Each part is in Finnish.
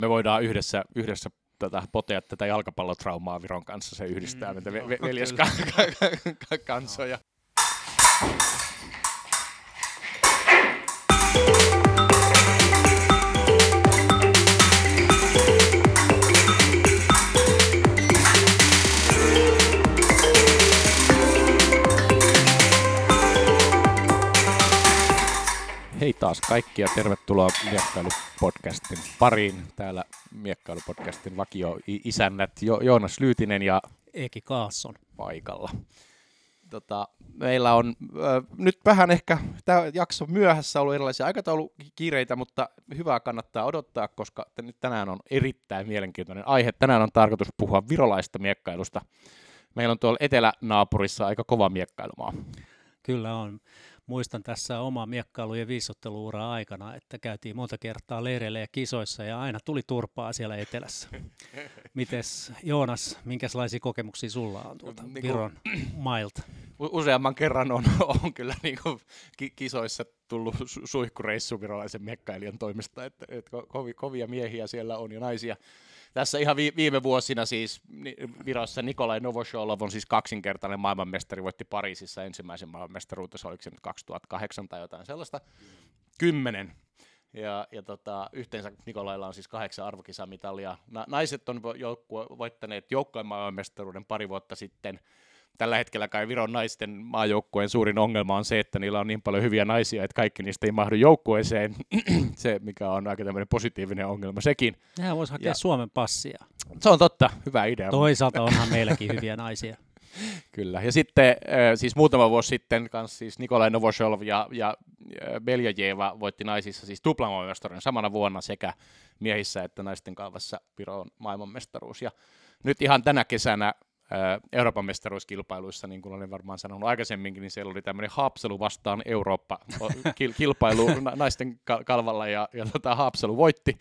Me voidaan yhdessä potea tätä jalkapallotraumaa Viron kanssa, se yhdistää meitä veljeskansoja. Hei taas kaikki ja tervetuloa Miekkailupodcastin pariin. Täällä Miekkailupodcastin vakio-isännät Joonas Lyytinen ja Eeki Kaasson paikalla. Meillä on nyt vähän ehkä tämä jakso myöhässä ollut erilaisia aikataulukiireitä, mutta hyvää kannattaa odottaa, koska nyt tänään on erittäin mielenkiintoinen aihe. Tänään on tarkoitus puhua virolaista miekkailusta. Meillä on tuolla etelänaapurissa aika kova miekkailumaa. Kyllä on. Muistan tässä oma miekkailu- ja viisotteluura aikana, että käytiin monta kertaa leireillä ja kisoissa ja aina tuli turpaa siellä etelässä. Mites Joonas, minkälaisia kokemuksia sulla on tuolta Viron mailta? Useamman kerran on kyllä kisoissa tullut suihkureissu virolaisen miekkailijan toimesta, että kovia miehiä siellä on ja naisia. Tässä ihan viime vuosina siis Virossa Nikolai Novosjolov on siis kaksinkertainen maailmanmestari, voitti Pariisissa ensimmäisen maailmanmestaruutensa, oliko se nyt 2008 tai jotain sellaista, 10. Ja yhteensä Nikolailla on siis 8 arvokisamitalia. Naiset on voittaneet joukkojen maailmanmestaruuden pari vuotta sitten. Tällä hetkellä kai Viron naisten maajoukkueen suurin ongelma on se, että niillä on niin paljon hyviä naisia, että kaikki niistä ei mahdu joukkueeseen. Se, mikä on aika tämmöinen positiivinen ongelma sekin. Nehän voisi hakea Suomen passia. Se on totta, hyvä idea. Toisaalta onhan meilläkin hyviä naisia. Kyllä, ja sitten siis muutama vuosi sitten kanssa siis Nikolai Novosjolov ja Beljajeva voitti naisissa siis tuplamaailmanmestaruuden samana vuonna sekä miehissä että naisten kaavassa Viron maailmanmestaruus. Ja nyt ihan tänä kesänä Euroopan mestaruuskilpailuissa, niin kuin olen varmaan sanonut aikaisemminkin, niin siellä oli tämmöinen Haapsalu vastaan Eurooppa-kilpailu naisten kalvalla, ja Haapsalu voitti.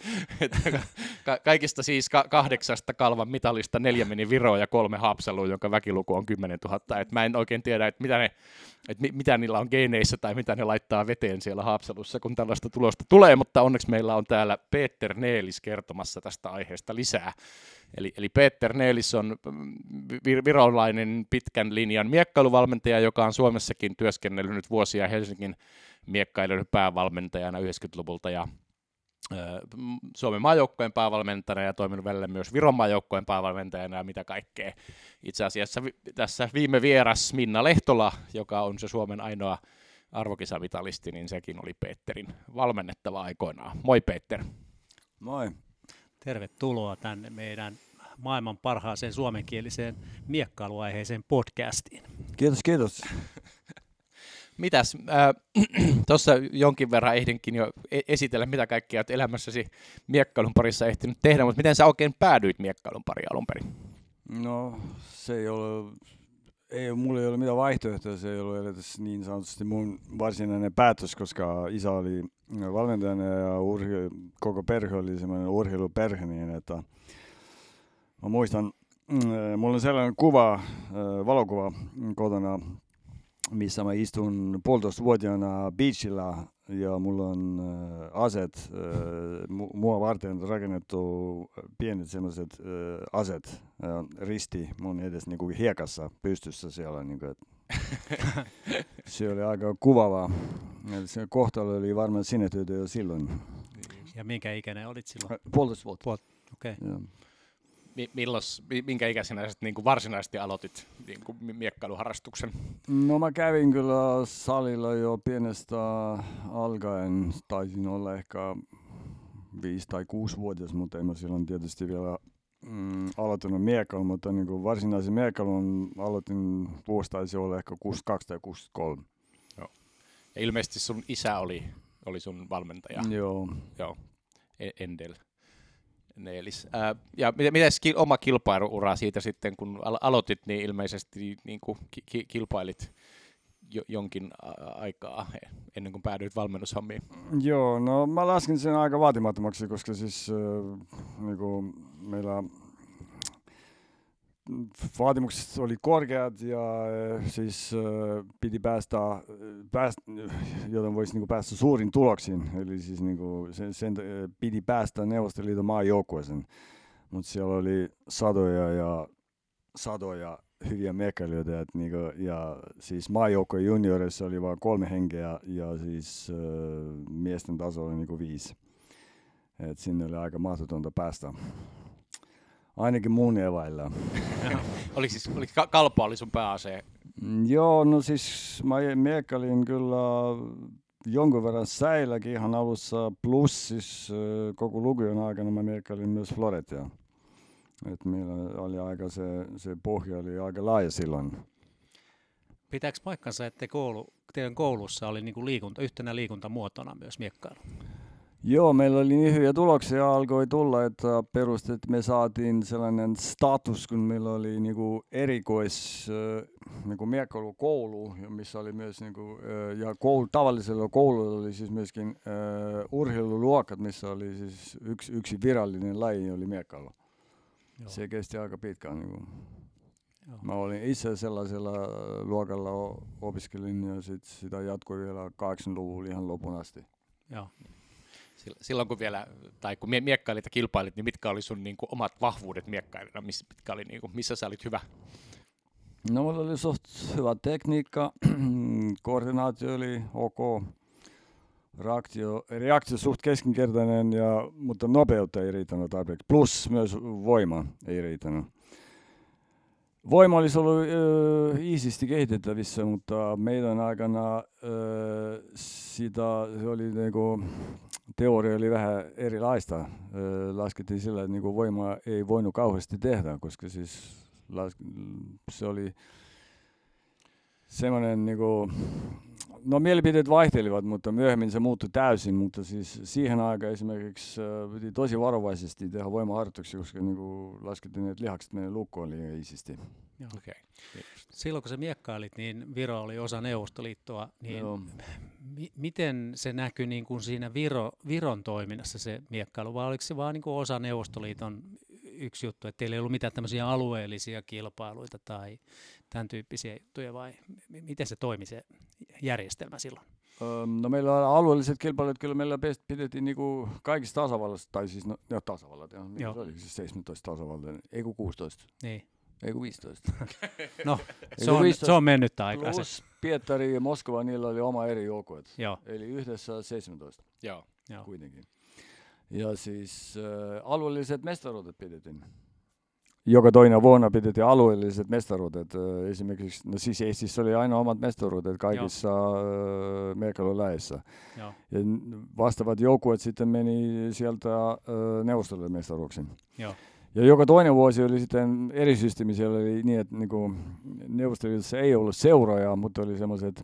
Kaikista siis 8 kalvan mitalista 4 meni Viroon ja 3 Haapsaluun, jonka väkiluku on 10 000. Et mä en oikein tiedä, että mitä niillä on geeneissä tai mitä ne laittaa veteen siellä Haapsalussa, kun tällaista tulosta tulee, mutta onneksi meillä on täällä Peter Neelis kertomassa tästä aiheesta lisää. Eli Peter Neelis on virolainen pitkän linjan miekkailuvalmentaja, joka on Suomessakin työskennellyt nyt vuosia Helsingin miekkailun päävalmentajana 90-luvulta ja Suomen maajoukkojen päävalmentajana ja toiminut välillä myös Viron maajoukkojen päävalmentajana ja mitä kaikkea. Itse asiassa tässä viime vieras Minna Lehtola, joka on se Suomen ainoa arvokisamitalisti, niin sekin oli Peterin valmennettava aikoinaan. Moi Peter. Moi. Tervetuloa tänne meidän maailman parhaaseen suomenkieliseen miekkailuaiheeseen podcastiin. Kiitos. Mitäs, tuossa jonkin verran ehdinkin jo esitellä, mitä kaikkea olet elämässäsi miekkailun parissa ehtinyt tehdä, mutta miten sä oikein päädyit miekkailun pariin alun perin? No, mulla ei ole mitään vaihtoehtoja, se ei ole edes niin sanotusti mun varsinainen päätös, koska isä oli valmentajana ja koko perhe oli semmoinen urheiluperhe, niin että mä muistan, mulla on sellainen valokuva kotona, missä mä istun 1,5-vuotiaana beachillä ja mulla on aset, mua varten rakennettu pienet sellaiset aset risti mun edes niinku hiekassa pystyssä siellä. Niinku, se oli aika kuvaavaa. Se kohtalo oli varmaan sinetöity jo silloin. Ja minkä ikäinen olit silloin? 1,5 vuotta. Okei. Minkä ikäisenä niin kuin varsinaisesti aloitit niin kuin miekkailuharrastuksen? No mä kävin kyllä salilla jo pienestä alkaen. Taisin olla ehkä 5 tai 6-vuotias, mutta en mä silloin tietysti vielä aloittanut miekkailun, mutta niin kuin varsinaisen miekkailun aloitin vuosi taisi olla ehkä 62 tai 63. Joo. Ja ilmeisesti sun isä oli sun valmentaja. Joo. Endel Neelis. Ja miten oma kilpailuura siitä sitten, kun aloitit, niin ilmeisesti niin kuin kilpailit jonkin aikaa ennen kuin päädyit valmennushommiin? Joo, no mä laskin sen aika vaatimattomaksi, koska siis niin kuin meillä vaatimukset oli korkeat ja siis piti päästä, joten voisi niinku päästä suurin tuloksiin. Eli siis niinku sen piti päästä Neuvostoliiton maajoukkueeseen. Mutta siellä oli satoja hyviä miekkailijoita. Niinku, ja siis maajoukkueen juniorissa oli vain 3 henkeä ja siis miesten taso oli niinku 5. Et sinne oli aika mahdotonta päästä. Ainakin mun eväillä. Oliko kalpa oli sun pääase? Joo, no siis mä miekkailin kyllä jonkun verran säilläkin ihan alussa, plus siis koko lukion aikana mä miekkailin myös floretia. Et meillä oli aika se pohja oli aika laaja silloin. Pitääkö paikkansa, että teidän koulussa oli niinku yhtenä liikuntamuotona myös miekkailu? Joo, meillä oli niin hyviä tuloksia alkoi tulla, että me saatiin sellainen status, kun meillä oli niinku niinku miekkailukoulu, missä oli myös niinku, ja tavallisella koululla oli siis myöskin urheiluluokat, missä oli siis yksi virallinen laji oli miekkailu. Se kesti aika pitkään. Niinku. Mä olin itse sellaisella luokalla opiskelin ja sitä jatkoi vielä 80-luvulla ihan lopun asti. Joo. Silloin kun miekkailit ja kilpailit, niin mitkä oli sun niinku omat vahvuudet miekkailina? Missä sä olit hyvä? No mulla oli suht hyvä tekniikka, koordinaatio oli ok, reaktio suht keskinkertainen, mutta nopeutta ei riittänyt tarpeeksi, plus myös voima ei riittänyt. Voima olisi ollut iisisti kehitettävissä, mutta meidän aikana se oli niinku, teoria oli vähän erilaista. Laskettiin sillä, että niinku voimaa ei voinut kauheasti tehdä, koska siis se oli semmoinen niinku, no mielipiteet vaihtelivat, mutta myöhemmin se muuttui täysin, mutta siis siihen aikaan esimerkiksi piti tosi varovaisesti tehdä voimaharjoituksia, koska niinku laskettiin, että lihakset menee lukkoon liian iisisti. Okay. Silloin kun sä miekkailit, niin Viro oli osa Neuvostoliittoa, niin miten se näkyi niin kuin siinä Viron toiminnassa se miekkailu, vai oliko se vaan niin kuin osa Neuvostoliiton yksi juttu, että teillä ei ollut mitään tämmöisiä alueellisia kilpailuita tai tämän tyyppisiä juttuja, vai miten se toimi se järjestelmä silloin? No meillä on alueelliset kilpailut, kyllä meillä pidettiin niinku kaikissa tasavallassa, tai siis tasavallat, se oli siis 17 tasavaltaa, ei kun 16. Niin. Ei kun 15. No, se on mennyt aikaa. Plus Pietari ja Moskova, niillä oli oma eri joukkueet. Joo. Eli yhdessä 17. Joo. Kuitenkin. Ja siis alueelliset mestaruudet pidettiin. Joka toinen vuonna pidettiin alueelliset mestaruudet. Esimerkiksi, no siis Eestissä oli aina omat mestaruudet kaikissa miekkailuläjissä. Ja vastaavat joukkueet sitten meni sieltä Neuvostoliiton mestaruuksiin. Joo. Ja joka toinen vuosi oli sitten eri systeemi. Siellä oli niin, että niinku, Neuvostoliitossa ei ollut seuroja, mutta oli semmoiset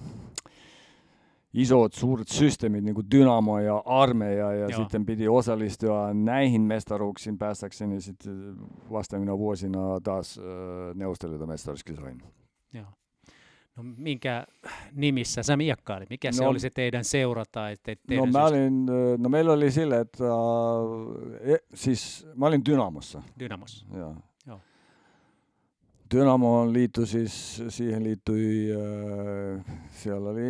isot, suuret systeemit, niin kuin Dynamo ja Armeija, ja sitten piti osallistua näihin mestaruuksiin päästäkseni, ja sitten vastaavina vuosina taas Neuvostoliiton mestaruuskisoihin. Joo. No minkä nimissä sä miekkailit? Mikä se oli se teidän seura tai teidän meillä oli sillä, että siis mä olin Dynamossa. Dynamossa. Joo. Joo. Dynamoon liittyi siis, siihen liittyi, siellä oli,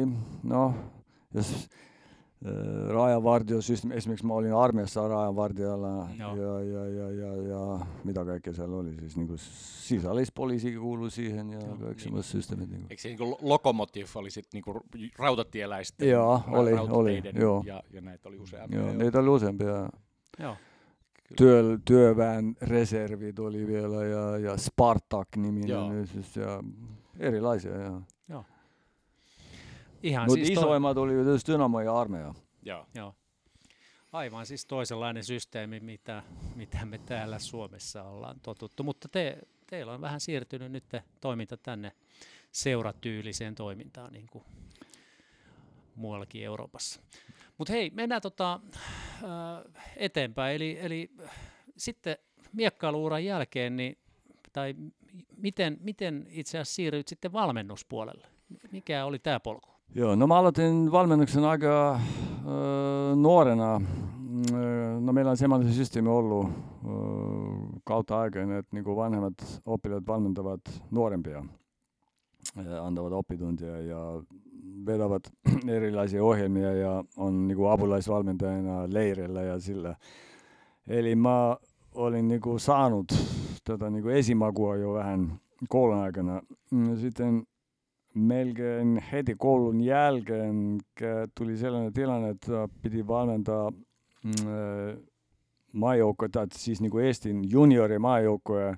rajavartiosysteemi, esimerkiksi mä olin armeijassa rajavartijalla ja mitä kaikkea siellä oli, siis niinku sisällispoliisi kuului siihen ja kaikki semmoiset systeemit. Niinku. Eikö se niinku Lokomotiv oli sit niinku rautatieläisten rautateiden ja näitä oli useampia? Joo, niitä oli useampia. Joo. Työväen reservit oli vielä ja Spartak-niminen ja erilaisia. Joo. Mutta siis isoimmat oli tietysti Dynamo ja Armeija. Joo. Aivan siis toisenlainen systeemi, mitä me täällä Suomessa ollaan totuttu, mutta teillä on vähän siirtynyt nyt toiminta tänne seuratyyliseen toimintaan niin kuin muuallakin Euroopassa. Mutta hei, mennään eteenpäin, eli sitten miekkailuuran jälkeen, niin, tai miten itse asiassa siirryit sitten valmennuspuolelle? Mikä oli tämä polku? Joo, no mä aloitin valmennuksen aika nuorena. no meillä on semmoinen systeemi ollut kautta aikoina, että niin kuin vanhemmat oppilaat valmentavat nuorempia, antavat oppituntia ja vetävät erilaisia ohjelmia ja on niin kuin apulaisvalmentajana leireillä ja sillä. Eli mä olin niin kuin saanut tätä niin kuin esimakua jo vähän koulun aikana. Sitten melkein heti koulun jälkeen tuli sellainen tilanne, että piti valmentaa maajoukkoja, siis niin kuin Estin juniori maajoukkoja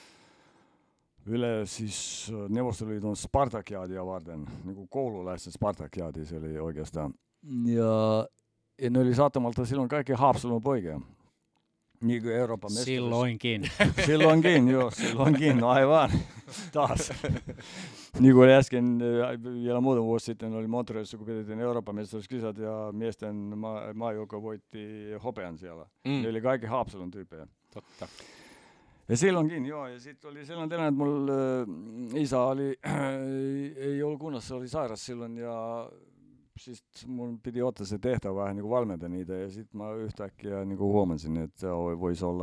siis Neuvostoliiton Spartakiaadia varten, niin kuin koululaisten Spartakiaadi se oli oikeastaan. Ja ne oli sattumalta silloin kaikki Haapsalon poikia. Niin kuin Euroopan mestaruus. Silloinkin, silloinkin, no aivan, taas. Niin kuin äsken, vielä muutama vuosi sitten oli Montrealissa, kun pidettiin Euroopan mestaruuskisat ja miesten maajoukko voitti hopean siellä. Ne oli kaikki Haapsalon tyyppejä. Totta. Ja silloinkin, joo. Ja sitten oli sellainen tilanne, että mulla isä ei ollut kunnossa, oli sairas silloin ja siis mun piti ottaa se tehtävä vähän niin kuin valmentaa niitä ja sitten mä yhtäkkiä niin kuin huomasin, että se voisi olla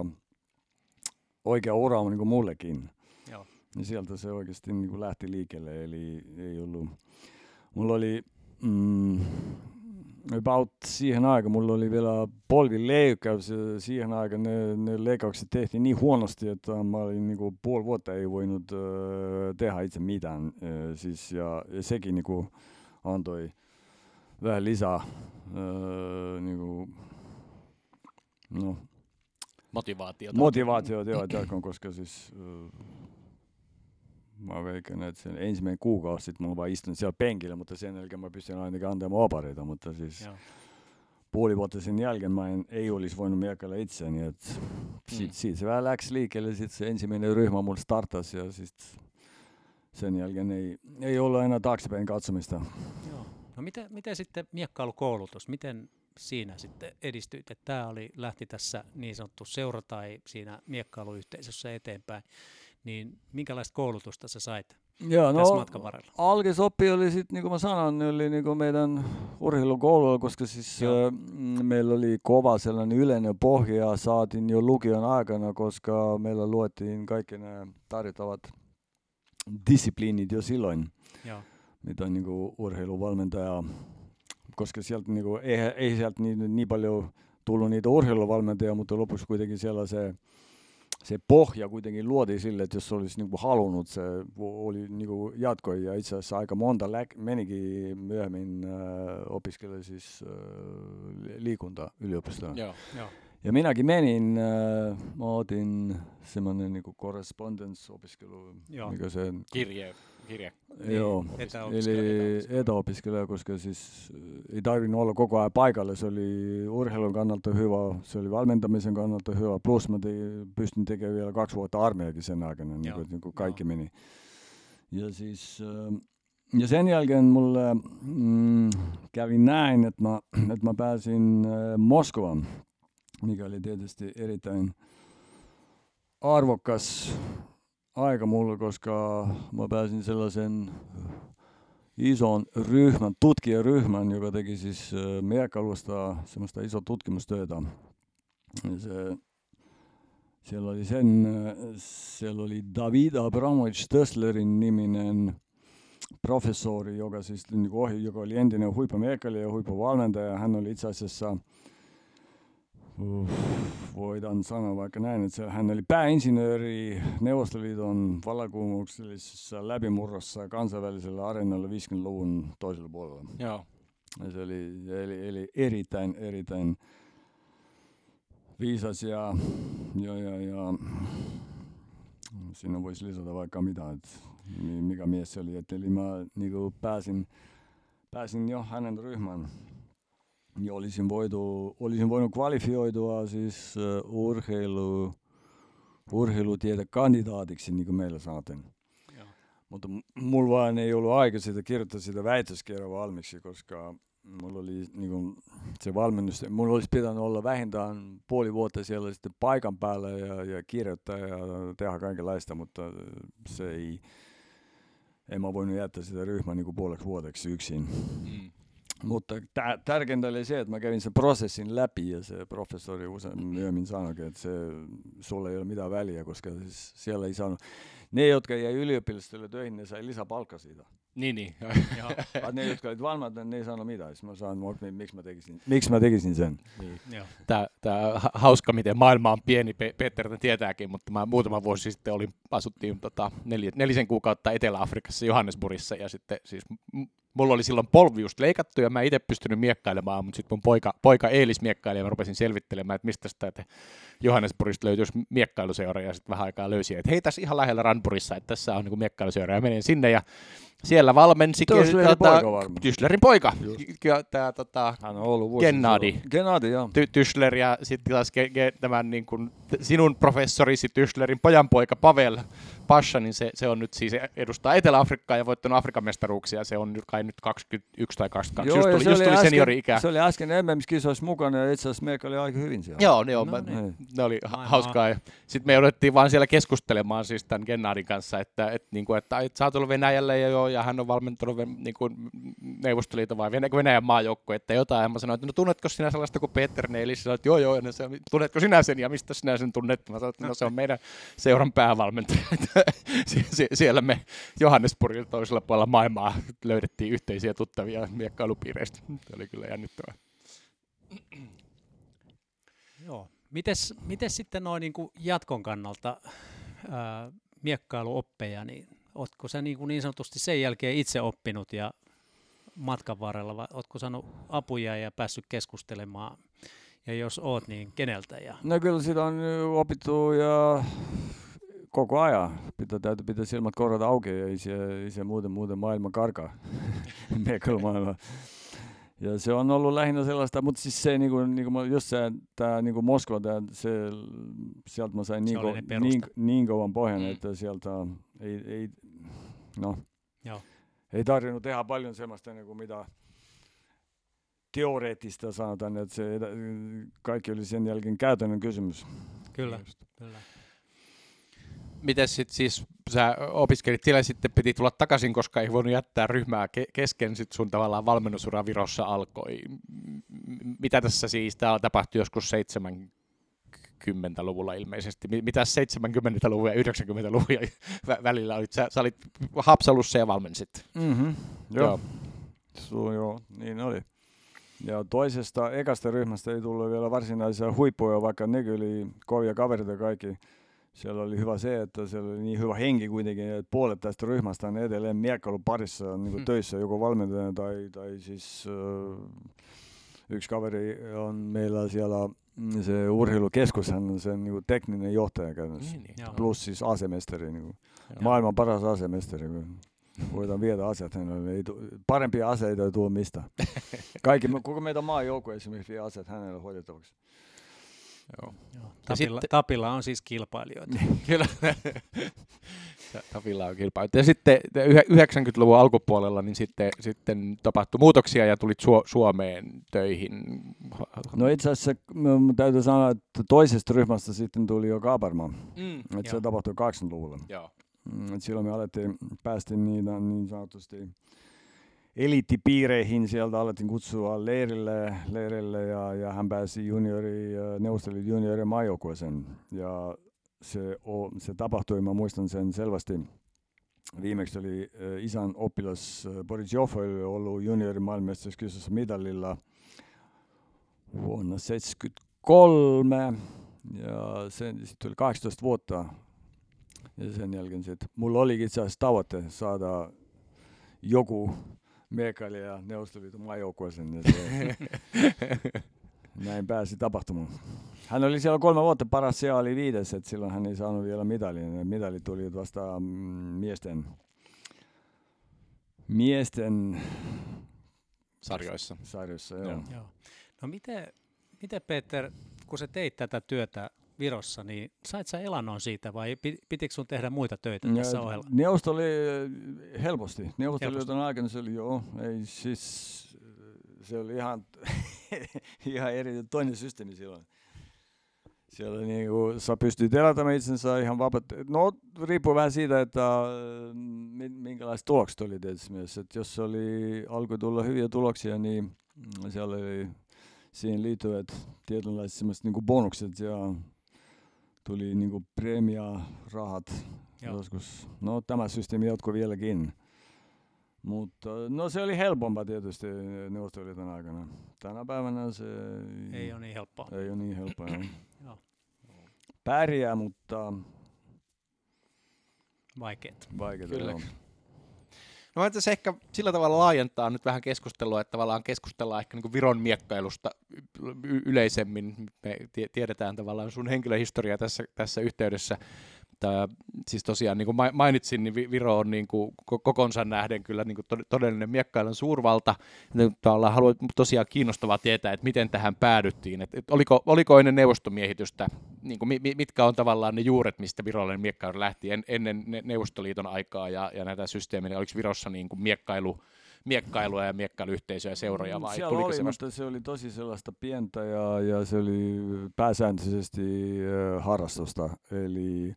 oikea ura niin kuin mullekin. Joo. Ja sieltä se oikeasti niin kuin lähti liikkeelle, eli ei ollut, mulla oli about siihen aikaan, mulla oli vielä polvileikkaus ja siihen aikaan ne leikkaukset tehtiin niin huonosti, että mä olin niin kuin puoli vuotta ei voinut tehdä itse mitään, siis ja sekin niin kuin antoi vähän lisää niinku, no, motivaatiota jatkoon, koska siis mä veikän, että sen ensimmäinen kuukausi sitten mulla vaan istunut siellä penkillä, mutta sen jälkeen mä pystyn ainakin antamaan opareita, mutta siis puoli vuotta sen jälkeen mä ei olisi voinut miekkailla itseäni, että siitä se vähän läks liikkeelle, sitten se ensimmäinen ryhmä mulla startasi ja sitten sen jälkeen ei ollut enää taaksepäin katsomista. Joo. No miten sitten miekkailukoulutus, miten siinä sitten edistyit? Tämä lähti tässä niin sanottu seura tai siinä miekkailuyhteisössä eteenpäin, niin minkälaista koulutusta sä sait tässä matkan varrella? Alkisoppi oli sitten, niin kuin mä sanoin, oli niin kuin meidän urheilukoululla, koska siis meillä oli kova sellainen yleinen pohja, saatiin jo lukion aikana, koska meillä luettiin kaikki nämä tarjottavat discipliinit jo silloin. Joo. Mitä on niinku urheiluvalmentaja, koska sieltä niinku, ei sieltä niin paljon tullut niitä urheiluvalmentajia, mutta lopuksi kuitenkin siellä se pohja kuitenkin luotiin sille, että jos olisi niinku halunnut, se oli niinku jatkoi ja itse asiassa aika monta menikin myöhemmin opiskella siis liikunta yliopistoon. Joo. Ja minäkin menin, mä otin semmoinen niinku correspondence-opiskelu, mikä se kirje. Joo, eli etäopiskelija, koska siis ei tarvinnut olla koko ajan paikalla, se oli urheilun kannalta hyvä, se oli valmentamisen kannalta hyvä, plus mä pystyn tekemään vielä 2 vuotta armeijakin sen aikana, niin kuin kaikki meni. Ja siis ja sen jälkeen mulle kävi näin, että mä pääsin Moskovaan, mikä oli tietysti erittäin arvokas aika mulle, koska mä pääsin sellaisen ison ryhmän, tutkijaryhmän, joka teki siis miekkailusta semmoista isoa tutkimustyötä. Siellä oli David Abramovich Tösslerin niminen professori, joka oli entinen huippumiekkailija ja huippuvalmentaja. Hän oli itse asiassa voidaan sanoa vaikka näin, että hän oli pääinsinööri Neuvostoliiton vallankumouksellisessa läpimurrossa kansainvälisellä areenalla 50-luvun toisella puolella. Joo. Ja se oli erittäin viisas ja siinä voisi lisätä vaikka mitä, että mikä mies se oli. Eli mä niinku pääsin jo hänen ryhmään. Ja olisin voinut kvalifioitua siis urheilutiedekandidaatiksi, niin kuin meillä saatiin. Mutta mulla vaan ei ollut aika kirjoittaa sitä väitöskirjaa valmiiksi, koska mulla oli se valmennus. Mulla olisi pitänyt olla vähintään puoli vuotta siellä sitten paikan päällä ja kirjoittaa ja tehdä kaikenlaista, mutta en mä voinut jättää sitä ryhmää puoleksi vuodeksi yksin. Mutta tärkeintä oli se, että mä kävin sen prosessin läpi ja se professori usein myöhemmin sanoikin, että sulla ei ole mitään väliä, koska siis siellä ei saanut. Ne, jotka jäi yliopistolle töihin, ne sai lisäpalkka siitä. Niin. Ne, jotka olivat valmiit, ne ei saanut mitään. Mä sanoin, miksi mä tekisin sen. Niin. Tää hauska, miten maailma on pieni, Peter tietääkin, mutta mä muutama vuosi sitten asuttiin 4 kuukautta Etelä-Afrikassa Johannesburgissa ja sitten siis mulla oli silloin polvi just leikattu ja mä itse pystynyt miekkailemaan, mutta sitten mun poika Eelis miekkaili ja mä rupesin selvittelemään, että mistä sitä Johannesburgista löytyisi miekkailuseura ja sitten vähän aikaa löysin, että hei tässä ihan lähellä Ranburissa, että tässä on niinku miekkailuseura ja menin sinne ja siellä valmensi Tyslerin poika. Hän on ollut Gennadi, joo. Tysler ja sitten taas tämän niin kuin sinun professorisi Tyslerin pojanpoika Pavel Pasha, niin se on nyt siis edustaa Etelä-Afrikkaa ja voittanut Afrikan mestaruuksia. Se on kai nyt 21 tai 22. Joo, just tuli seniori-ikä. Se oli äsken MM-kisoissa mukana ja itse asiassa meikä oli aika hyvin siellä. Joo, ne oli hauskaa. Sitten me jouduttiin vaan siellä keskustelemaan siis tämän Gennadin kanssa, että sä oot ollut Venäjälle ja hän on valmentanut niin kuin Neuvostoliiton vai Venäjän maajoukkuetta jotain. Ja mä sanoin, että no tunnetko sinä sellaista kuin Peter Neelis? Sanoin, että joo, ja tunnetko sinä sen ja mistä sinä sen tunnet? Mä sanoin, että no se on meidän seuran päävalmentaja. Siellä me Johannesburgin toisella puolella maailmaa löydettiin yhteisiä tuttavia miekkailupiireistä. Se oli kyllä jännittävää. Joo. Mites sitten noin niin kuin jatkon kannalta miekkailuoppeja, niin ootko sä niin sanotusti sen jälkeen itse oppinut ja matkan varrella, vai ootko saanut apuja ja päässyt keskustelemaan? Ja jos oot, niin keneltä? No kyllä sitä on opittu ja koko ajan. Täytyy pitää silmät korvat auki ja ei se muuten maailma karkaa. Miekkailumaailma. Ja se on ollut lähinnä sellaista, mutta siis se just tämä Moskva, sieltä mä sain niin kovan pohjan, että sieltä ei tarvinnut tehdä paljon semmoista mitä teoreettista sanotaan, että se kaikki oli sen jälkeen käytännön kysymys. Kyllä. Miten sitten siis sä opiskelit siellä, sitten piti tulla takaisin, koska ei voinut jättää ryhmää kesken, sitten sun tavallaan valmennusura Virossa alkoi. Mitä tässä siis, tämä tapahtui joskus 70-luvulla ilmeisesti. Mitä 70-luvun ja 90-luvun välillä olit? Sä olit Haapsalussa ja valmensit. Mm-hmm. Joo, niin oli. Ja ekasta ryhmästä ei tullut vielä varsinaisia huippuja, vaikka nekin oli kovia kavereita kaikki. Siellä oli hyvä se, että siellä oli niin hyvä henki kuitenkin, että puolet tästä ryhmästä on edelleen miekkailun parissa niin töissä, joko valmentajana tai siis yksi kaveri on meillä siellä se urheilukeskus, hän on sen niin tekninen johtaja käytännössä, plus siis asemestari, niin maailman paras asemestari. Voidaan viedä asiat hänelle. Parempia aseita ei tule mistään. Koko meidän maajoukko esimerkiksi vie asiat hänelle hoidettavaksi. Joo. Tapilla on siis kilpailijoita. Kyllä. Tapilla on kilpailijoita. Ja sitten 90-luvun alkupuolella niin sitten tapahtui muutoksia ja tulit Suomeen töihin. No itse asiassa täytyy sanoa, että toisesta ryhmästä sitten tuli jo Kaaperman. Se tapahtui 80-luvulla. Joo. Silloin me päästiin niitä niin sanotusti eliittipiireihin, sieltä alettiin kutsua leirille ja hän pääsi Neuvostoliiton juniori maajoukkueeseen. Ja se tapahtui, mä muistan sen selvästi. Viimeksi oli isän oppilas Boris Joffo oli ollut juniori maailmanmestaruuskisossa mitalilla vuonna 1973 ja sitten tuli 18 vuotta. Ja sen jälkeen mulla olikin itse asiassa tavoite saada joku miekkailija Neuvostoliiton maajoukkueeseen. Näin pääsi tapahtumaan. Hän oli siellä 3 vuotta, paras siellä oli 5, että silloin hän ei saanut vielä mitalia. Mitali tuli vasta miesten sarjoissa. Joo. No miten Peter, kun sä teit tätä työtä Virossa, niin sait sä elannon siitä vai pitikö sun tehdä muita töitä tässä ohella? Helposti. Neuvostoliiton aikana se oli se oli ihan eri toinen systeemi silloin. siellä niinku, sä pystyt elätämään itsensä ihan vapaasti. No, riippuu vähän siitä, että minkälaiset tulokset oli tietysti myös. Et jos alkoi tulla hyviä tuloksia, niin siellä oli siihen liittyvät tietynlaiset semmoiset niinku bonukset ja tuli niinku premia-rahat joskus. No, tämä systeemi jatkoi vieläkin. Mutta no se oli helpompaa tietysti Neuvostoliiton aikana. Tänä päivänä se ei ole niin helppoa. Ei ole niin helppoa. Joo. Pärjää, mutta vaikeet. Kyllä. No mä tässä ehkä sillä tavalla laajentaa nyt vähän keskustelua, että tavallaan keskustellaan ehkä niin Viron miekkailusta yleisemmin. Me tiedetään tavallaan sun henkilöhistoria tässä yhteydessä. Siis tosiaan, niin kuin mainitsin, niin Viro on niin kuin kokonsa nähden kyllä niin kuin todellinen miekkailun suurvalta. Haluan tosiaan kiinnostavaa tietää, että miten tähän päädyttiin. Että oliko ennen neuvostomiehitystä, niin kuin mitkä on tavallaan ne juuret, mistä virolainen miekkailu lähti ennen Neuvostoliiton aikaa ja näitä systeemejä? Oliko Virossa niin kuin miekkailua ja miekkailuyhteisöjä ja seuroja vai siellä oli, mutta se oli tosi sellaista pientä ja se oli pääsääntöisesti harrastusta. Eli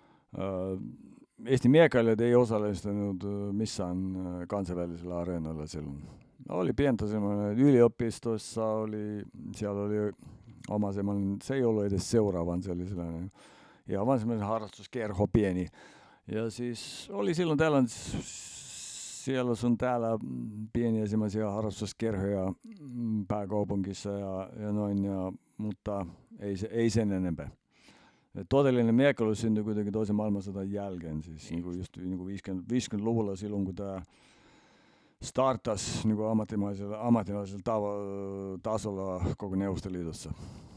Eesti miekkailijoita ei osallistunut missään kansainvälisellä areenalla silloin. Oli pientä semmoinen, yliopistossa siellä oli oma semmoinen, se ei ollut edes seuraavan, se oli sellainen ihan vaan semmoinen harrastuskerho pieni. Ja siis oli silloin tällainen, siellä sun täällä pieniä semmoisia harrastuskerhoja pääkaupungissa ja noin, mutta ei sen enempää. Todellinen miekkailu syntyi kuitenkin toisen maailmansodan jälkeen, siis niinku just niinku 50-luvulla silloin, kun tämä startasi niinku ammattimaisella tasolla koko Neuvostoliitossa.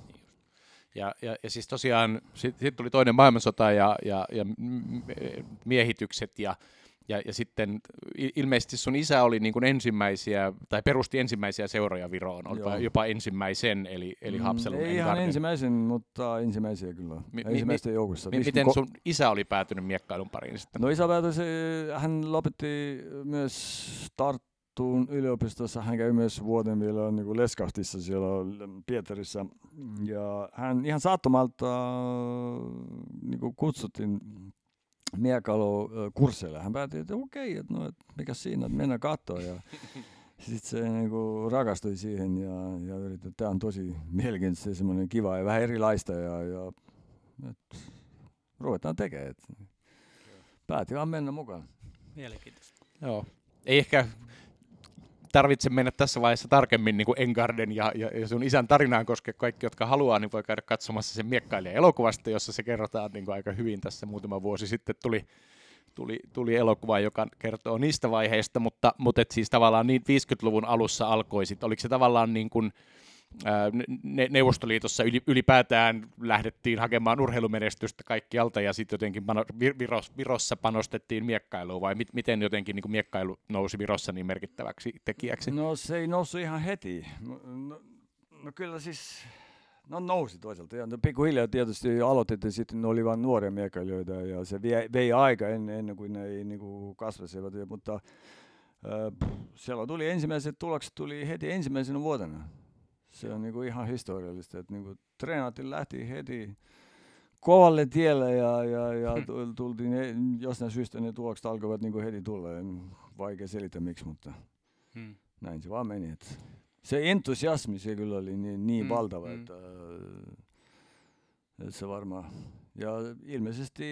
Ja siis tosiaan sitten tuli toinen maailmansota ja miehitykset ja sitten ilmeisesti sun isä oli niin kuin ensimmäisiä, tai perusti ensimmäisiä seuroja Viroon, jopa ensimmäisen, eli Hapsalun. Ei ihan ensimmäisen, mutta ensimmäisiä kyllä. Ensimmäisten joukossa. Miten sun isä oli päätynyt miekkailun pariin sitten? No isä päätyi, hän lopetti myös Tartun yliopistossa, hän kävi myös vuoden vielä niin kuin Leskahtissa siellä Pietarissa. Ja hän ihan sattumalta niin kuin kutsuttiin miekkailukursseille. Hän päätti, että okei, että no, mikä siinä, että mennään katsoa. Ja sitten se niinku rakastui siihen ja yritti, että tämä on tosi mielenkiintoista, semmoinen kiva ja vähän erilaista ja ruvetaan tekemään. Päätin vaan mennä mukaan. Mielenkiintoista. Joo. Ei ehkä tarvitse mennä tässä vaiheessa tarkemmin niin kuin Engarden ja sun isän tarinaan, koska kaikki, jotka haluaa, niin voi käydä katsomassa sen miekkailijan elokuvasta, jossa se kerrotaan niin kuin aika hyvin. Tässä muutama vuosi sitten tuli elokuva, joka kertoo niistä vaiheista, mutta et siis tavallaan niin 50-luvun alussa alkoi sitten. Oliko se tavallaan niin kuin Neuvostoliitossa ylipäätään lähdettiin hakemaan urheilumenestystä kaikkialta ja sitten jotenkin Virossa panostettiin miekkailuun vai miten jotenkin niin kuin miekkailu nousi Virossa niin merkittäväksi tekijäksi? No se ei noussut ihan heti. No kyllä siis, no nousi toisaalta. Ja pikkuhiljaa tietysti aloitettiin, sitten ne oli vain nuoria miekkailijoita ja se vei aika ennen kuin ne niinku kasvasivat. Mutta siellä tuli ensimmäiset tulokset heti ensimmäisenä vuotena. Se on niinku ihan historiallista, että niinku treenattiin lähti heti kovalle tielle ja tultiin, jostain syystä ne tulokset alkoivat niinku heti tulla. Vaikea selittää miksi, mutta näin se vaan meni. Että se entusiasmi se kyllä oli niin valtava, että se varmaan. Ja ilmeisesti,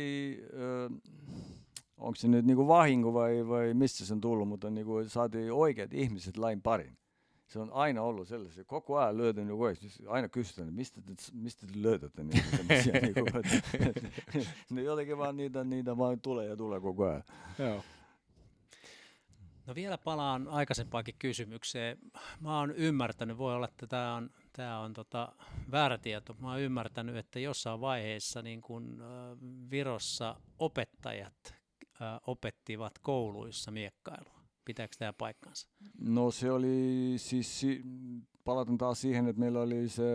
onko se nyt niinku vahinko vai mistä se on tullut, mutta niinku saatiin oikeat ihmiset lain pariin. Se on aina ollut sellaisia. Koko ajan löytänyt aina kysytään, mistä te löytätte niitä sellaisia. Ne jotenkin vaan niitä vaan tulee koko ajan. Joo. No vielä palaan aikaisempaakin kysymykseen. Mä oon ymmärtänyt, voi olla, että tämä on väärä tieto. Mä oon ymmärtänyt, että jossain vaiheessa niin kun Virossa opettajat opettivat kouluissa miekkailua. Pitääkö tämä paikkansa? No se oli siis, palataan taas siihen, että meillä oli se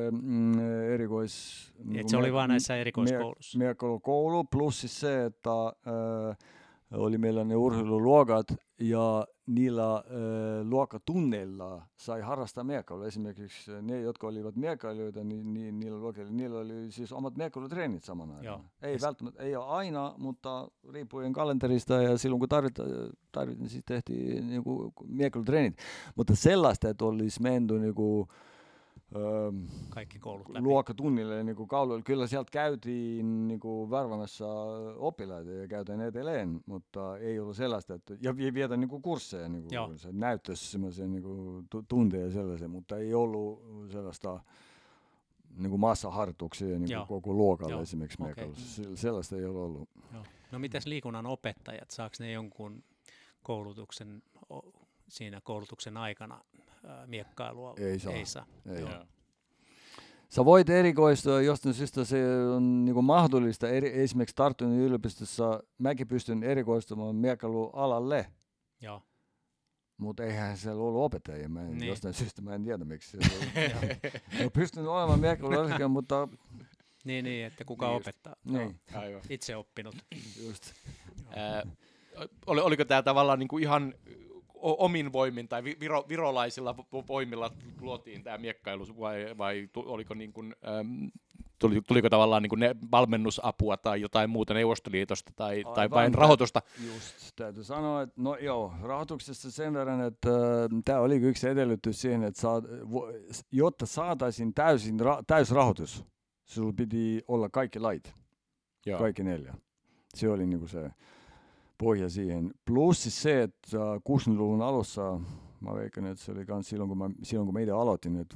se oli vain näissä erikoiskouluissa. Miekkailukoulu plus siis se, että oli meillä ne urheiluluokat ja niillä luokkatunneilla sai harrastaa miekkailua. Esimerkiksi ne, jotka olivat miekkailijoita, niin niillä oli siis omat miekkailutrenit samana aikana. Ei välttämättä, ei ole aina, mutta riippuen kalenterista ja silloin kun tarvittiin, siis tehtiin niinku miekkailutrenit. Mutta sellaista, että olisi menty niinku kaikki koulut läpi. Luokkatunnille niin kauluilla. Kyllä sieltä käytiin niin värvämässä oppilaita ja käytiin edelleen, mutta ei ollut sellaista, että ja vietä niin kursseja, niin se näyttäisi semmoisia niin tunteja sellaisia, mutta ei ollut sellaista niin massaharjoituksia niin koko luokalla esimerkiksi miekailussa. Sellaista ei ole ollut. Joo. No mitäs liikunnan opettajat, saako ne jonkun koulutuksen siinä koulutuksen aikana miekkailua? Ei saa. Sä voit erikoistua, jos se on niin mahdollista. Esimerkiksi Tartun yliopistossa mäkin pystyn erikoistumaan miekkailualalle. Joo. Mutta eihän siellä ollut opettajia. Jostain syystä mä en tiedä miksi. Mä pystyn olemaan miekkailualalle, mutta... Niin, että kuka opettaa. Niin. Itse oppinut. Just. Oliko tämä tavallaan niinku ihan omin voimin tai virolaisilla voimilla luotiin tämä miekkailu vai oliko niin kuin, tuliko tavallaan niin kuin valmennusapua tai jotain muuta Neuvostoliitosta tai vain rahoitusta? Just, täytyy sanoa, että no joo, rahoituksesta sen verran, että tämä oli yksi edellytys siihen, että jotta saataisiin täysrahoitus, sinulla piti olla kaikki lait, kaikki 4. Se oli niin kuin se pohja siihen. Plus siis se, että 60-luvun alussa, mä veikkaan, että se oli myös silloin kun meitä aloitin, että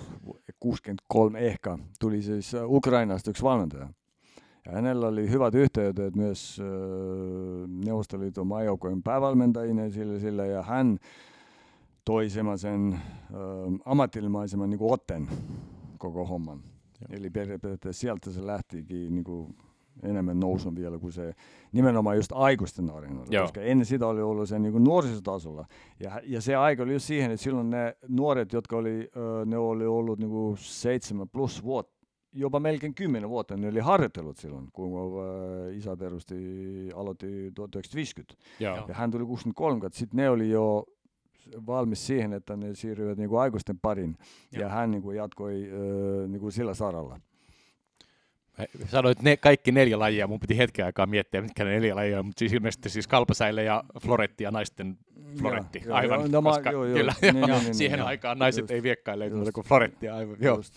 63 ehkä, tuli siis Ukrainasta yksi valmentaja. Ja hänellä oli hyvät yhteydet myös Neuvostoliiton maajoukkojen päävalmentajina sillä, ja hän toi semmoisen ammattilimaisemman niin kuin otten koko homman. Eli periaatteessa sieltä se lähtikin niin kuin enemmän nousun vielä kuin se nimenomaan just aikuisten arena, koska ennen sitä oli ollut se niin kuin nuorisotasolla. Ja se aika oli just siihen, että silloin ne nuoret, jotka ne oli ollut niin kuin 7+ vuotta, jopa melkein 10 vuotta, ne oli harjoitellut silloin, kun isä aloitti 1950. Ja hän tuli 63, sitten ne oli jo valmis siihen, että ne siirryivät niin kuin aikuisten parin, ja hän niin kuin jatkoi niin kuin sillä saralla. Sanoit kaikki 4 lajia, mun piti hetken aikaa miettiä, mitkä ne 4 lajia, mutta siis ilmeisesti siis kalpasäile ja floretti ja naisten floretti. Aivan, koska kyllä siihen aikaan naiset ei viekkailleet muuta kuin florettia. Aivan,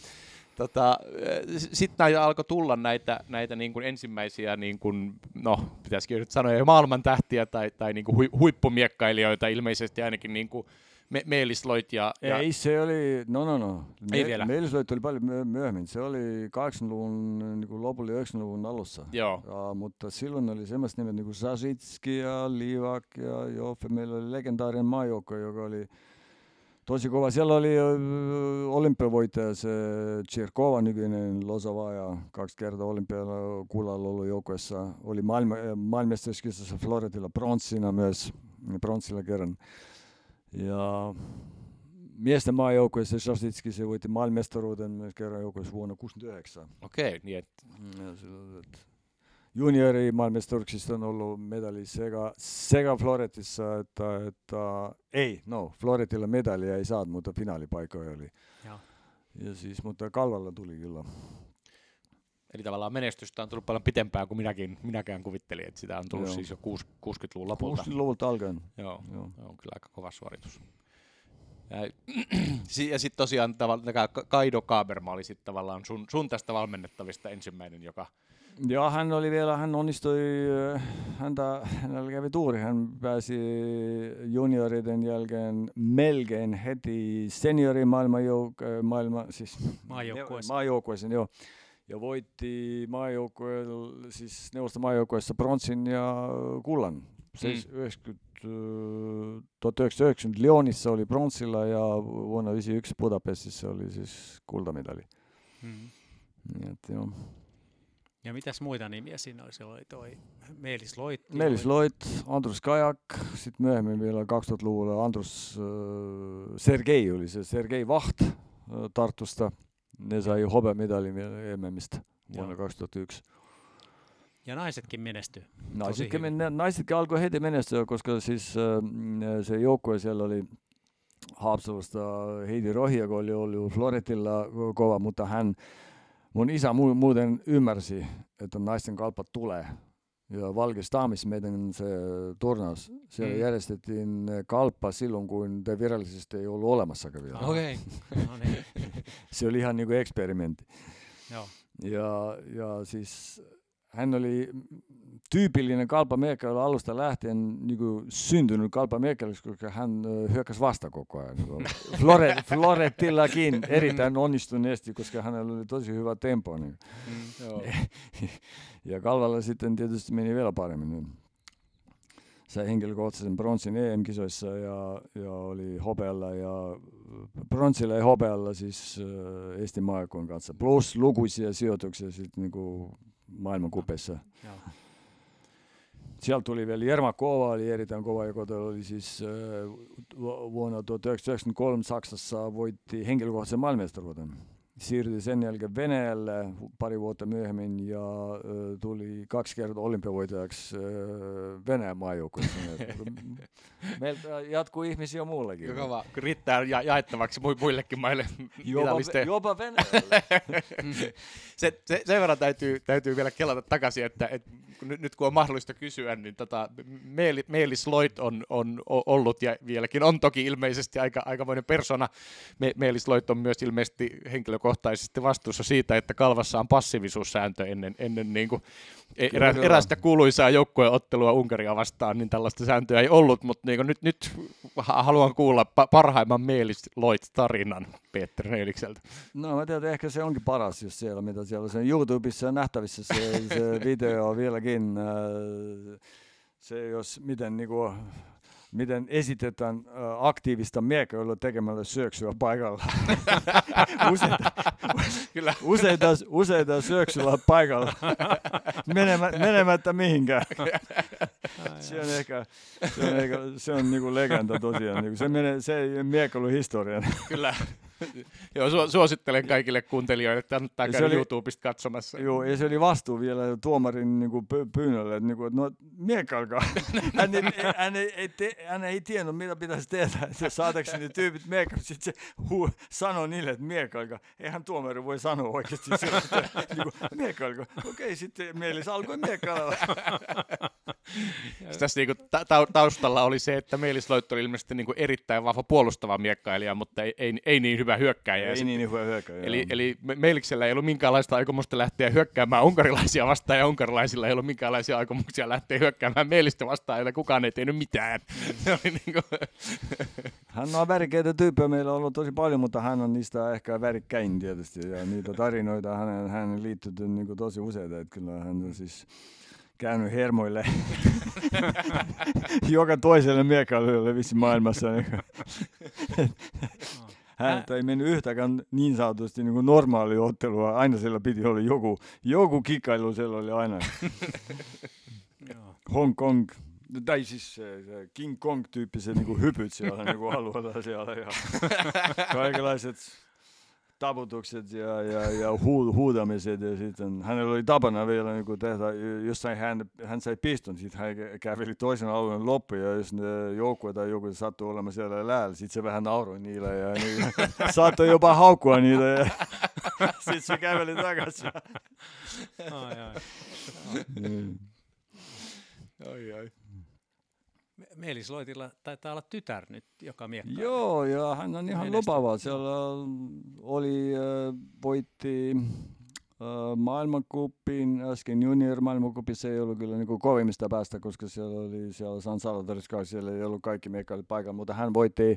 sitten näitä alkoi tulla näitä niin kuin ensimmäisiä, niin kuin, no pitäisikö nyt sanoa, maailman tähtiä tai niin kuin huippumiekkailijoita ilmeisesti ainakin niin kuin Meelis Loit ja... Ei, se oli... No. Ei vielä. Meelis Loit oli paljon myöhemmin. Se oli 80-luvun niin lopulla 90-luvun alussa. Joo. Mutta silloin oli sellaiset nimet niin kuin Sasitski ja Livak ja Joffe. Meillä oli legendaarinen maajoukko, joka oli tosi kova. Siellä oli olympiavoittaja se Tširkova, nykyinen Lozova, 2 kertaa olympialla kullalla ollut joukkueessa. Oli maailmestaruuskisassa Floretilla pronssina myös, pronssilla kerran. Ja miesten maajoukkueessa Sasitski se voitti maailmestaruuden myös kerran joukkueessa vuonna 1969. Okei, niin että... Juniori maailmestaruuksista on ollut medali sekä Floretissa, Floretilla medalia ei saanut, mutta finaalipaikkoja oli. Ja siis, mutta Kalvalla tuli kyllä. Eli tavallaan menestystä on tullut paljon pitempään kuin minäkään kuvittelin, että sitä on tullut siis jo 60-luvun lopulta. 60-luvulta alkaen. Joo, on kyllä aika kova suoritus. Ja sitten tosiaan Kaido Kaaberma oli sitten tavallaan sun tästä valmennettavista ensimmäinen, joka... Joo, hän onnistui, hänellä kävi tuuri, hän pääsi junioriden jälkeen melkein heti maajoukkueeseen, joo. Ja voitti siis neuvoston maajoukkueessa bronssin ja kullan. 1990 Lyonissa oli bronssilla ja vuonna 1991 Budapestissa oli siis kultamitali. Ja mitäs muita nimiä siinä olisi? Oli toi Meelis Loit. Meelis Loit, Andrus Kajak, sitten myöhemmin vielä 2000-luvulla Sergei oli se, Sergei Vaht Tartusta. Ne sai hopeamedalin vielä MM-istä vuonna 2001. Ja naisetkin menestyy. Naisetkin alkoi heti menestyä, koska siis se joukkue siellä oli Haapsalusta Heidi Rohi, joka oli ollut Floretilla kova, mutta mun isä muuten ymmärsi, että naisten kalpa tulee. Ja Valges Daamissa meidän se turnaus, siellä järjestettiin kalppa silloin, kun te virallisesti ei ollut olemassakaan vielä. Okei. No niin. Se oli ihan niin kuin eksperimentti. Joo. Ja siis hän oli tyypillinen kalpamiekkailija alusta lähtien niin kuin syntynyt kalpamiekkailijaksi, koska hän hyökkäsi vasta koko ajan. Niin Floretillakin erittäin onnistuneesti, koska hänellä oli tosi hyvä tempo. Niin. Ja Kalvalla sitten tietysti meni vielä paremmin. Sai henkilökohtaisen bronssin EM-kisoissa ja oli hopealla ja bronssilla ja hopealla siis Eesti maajoukkueen kanssa. Plus lukuisia sijoituksia sitten niinku maailmankupeissa. Sieltä tuli vielä Jermak Kova, oli erittäin kova, joka oli siis vuonna 1993 Saksassa voitti henkilökohtaisen maailmanmestaruuden. Siirtyi sen jälkeen Venäjälle pari vuotta myöhemmin ja tuli 2 kertaa olympiavoittajaksi Venäjän maajoukkueessa. Meiltä jatkuu ihmisiä muullakin. Kova, riittää jaettavaksi muillekin maille. Jopa Venäjälle. Sen verran täytyy vielä kelata takaisin, että nyt kun on mahdollista kysyä, niin Meelis Loit on ollut ja vieläkin on toki ilmeisesti aikamoinen persona. Meelis Loit on myös ilmeisesti henkilökohtaisesti vastuussa siitä, että Kalvassa on passiivisuussääntö ennen niin kuin erästä kuuluisaa joukkueottelua Unkaria vastaan, niin tällaista sääntöä ei ollut, mutta niin nyt haluan kuulla parhaimman Meelis Loit-tarinan Peter Neelikseltä. No mä tiedän, ehkä se onkin paras just siellä, mitä siellä on YouTubessa nähtävissä se video vieläkin. Se jos miten esitetään aktiivista miekkailua tekemällä syöksyä paikalla. useita syöksyä paikalla menemättä mihinkään. Se on niinku legenda tosiaan. Se miekkailu historian. Kyllä. Joo, suosittelen kaikille kuuntelijoille, että kannattaa käydä YouTubesta katsomassa. Joo, ja se oli vastuu vielä tuomarin niinku pyynnölle, että niinku, no miekkailkaa. Hän ei tiennyt, mitä pitäisi tehdä, että saadakseni tyypit miekkailkaa. Sitten se sanoi niille, että miekkailkaa. Eihän tuomari voi sanoa oikeasti sillä, että niinku, miekkailkaa. Okei, sitten Meelis alkoi miekkailla. Tässä niinku taustalla oli se, että Meelis Loit oli ilmeisesti niinku erittäin vahva puolustava miekkailija, mutta ei niin hyvä hyökkääjä. Eli Meeliksellä ei ollut minkäänlaista aikomusta lähteä hyökkäämään unkarilaisia vastaan, ja unkarilaisilla ei ollut minkäänlaisia aikomuksia lähteä hyökkäämään Meelistä vastaan, joilla kukaan ei tehnyt mitään. Hän on värikkäitä tyyppejä, meillä on ollut tosi paljon, mutta hän on niistä ehkä värikkäin tietysti, ja niitä tarinoita hän liittyy niin tosi useita, että kyllä hän on siis käynyt hermoille joka toiselle miekkailijalle vissi maailmassa. Häntä ei mennyt yhtäkään niin sanotusti niin kuin normaali ottelua. Aina siellä piti olla joku kikkailu, siellä oli aina. Hong Kong, tai siis King Kong-tyyppiset niin kuin hypyt siellä niin kuin alueella siellä. Ja kaikenlaiset taputukset ja huudamiset. Ja sitten hänellä oli tapana vielä niin kuin tehdä, jossain hän sai piston, sitten hän käveli toisen alueen loppuun, ja jos joukkue tai joku sattui olemaan siellä lähellä, sitten se vähän nauroi niillä ja saattoi jopa haukkua niitä ja sitten se käveli takaisin. Ai. Meelis Loitilla taitaa olla tytär nyt, joka miekkaa. Joo, ja hän on ihan lupaava. Siellä voitti maailmankupin, äsken junior-maailmankupissa ei ollut kyllä niin kovimmista päästä, koska siellä San Salvadorissa siellä ei ollut kaikki miekkailijat paikalla, mutta hän voitti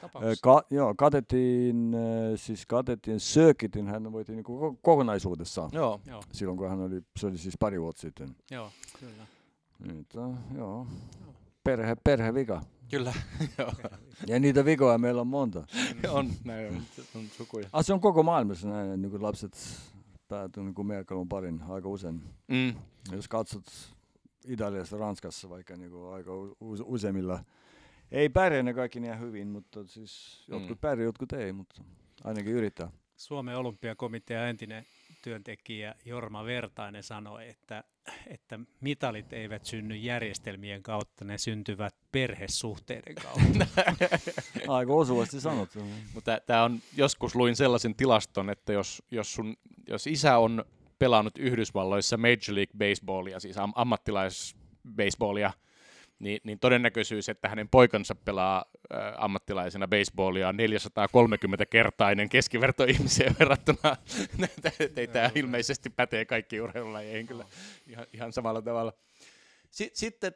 katettiin circuitin, hän voitti niin kokonaisuudessaan. Joo. Silloin kun se oli siis pari vuotta sitten. Joo, kyllä. Joo. Perhevika. Kyllä, joo. Ja niitä vikoja meillä on monta. Näin on sukuja. Se on koko maailmassa näin, niin kuin lapset päätyy niin miekkailun parin aika usein. Jos katsot Italiassa, Ranskassa vaikka niin kuin aika useimmilla, ei pärjää ne kaikki niin hyvin, mutta siis jotkut pärjää, jotkut ei, mutta ainakin yrittää. Suomen olympiakomitea entinen valmennustyöntekijä Jorma Vertainen sanoi, että mitalit eivät synny järjestelmien kautta, ne syntyvät perhesuhteiden kautta. Aika osuvasti sanottu. Mutta tämä on, joskus luin sellaisen tilaston, että jos isä on pelannut Yhdysvalloissa Major League Baseballia, siis ammattilaisbaseballia, niin todennäköisyys, että hänen poikansa pelaa ammattilaisena baseballia on 430-kertainen keskiverto ihmiseen verrattuna. Tämä ilmeisesti pätee kaikki urheilulajeihin kyllä ihan samalla tavalla. Sitten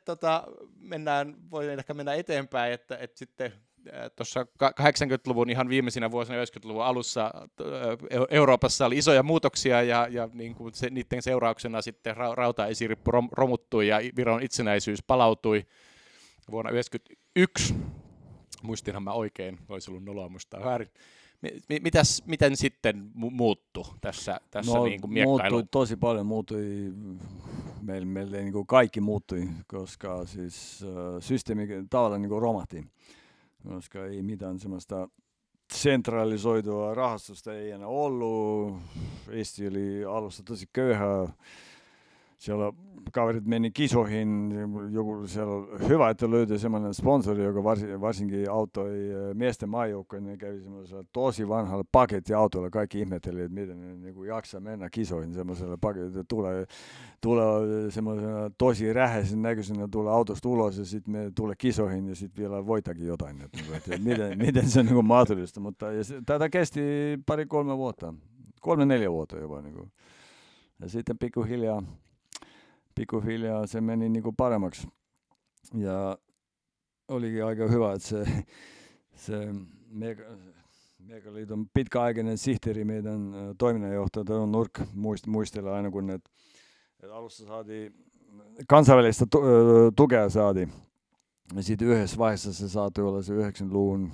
voi ehkä mennä eteenpäin, että sitten tuossa 80-luvun ihan viimeisinä vuosina 90-luvun alussa Euroopassa oli isoja muutoksia ja niin kuin niiden seurauksena sitten rautaesirippu romuttui ja Viron itsenäisyys palautui vuonna 1991. Muistinhan mä oikein, olisi ollut noloa muistaa väärin. Miten sitten muuttui tässä niin kuin miekkailu? Muuttui tosi paljon, meillä niin kuin kaikki muuttui, koska siis systeemi tavallaan niin kuin romahti. Koska ei mitään semmoista centralisoitua rahastusta ei enää ollut. Eesti oli alussa tosi köyhä. Siellä kaverit meni kisoihin. Siellä hyvä, että löytyi semmoinen sponsori, joka varsinkin auttoi miesten maajoukkoja. Ne kävi semmoisella tosi vanhalla pakettiautolla. Kaikki ihmetteli, että miten ne niin jaksaa mennä kisoihin semmoisella paketilla. Tulee semmoisena tosi rähäisen näköisenä, tulee autosta ulos ja sitten me tulee kisoihin ja sitten vielä voitakin jotain. Että miten se on niin mahdollista. Mutta tätä kesti 3 vuotta. 3-4 vuotta jopa. Niin ja sitten pikkuhiljaa se meni niin kuin paremmaksi. Ja olikin aika hyvä, että se Miekkaliiton pitkäaikainen sihteeri, meidän toiminnanjohtaja Tero Nurk muistelee aina, kun että alussa saatiin kansainvälistä tukea saatiin. Ja sitten yhdessä vaiheessa se saatui olla se 90-luvun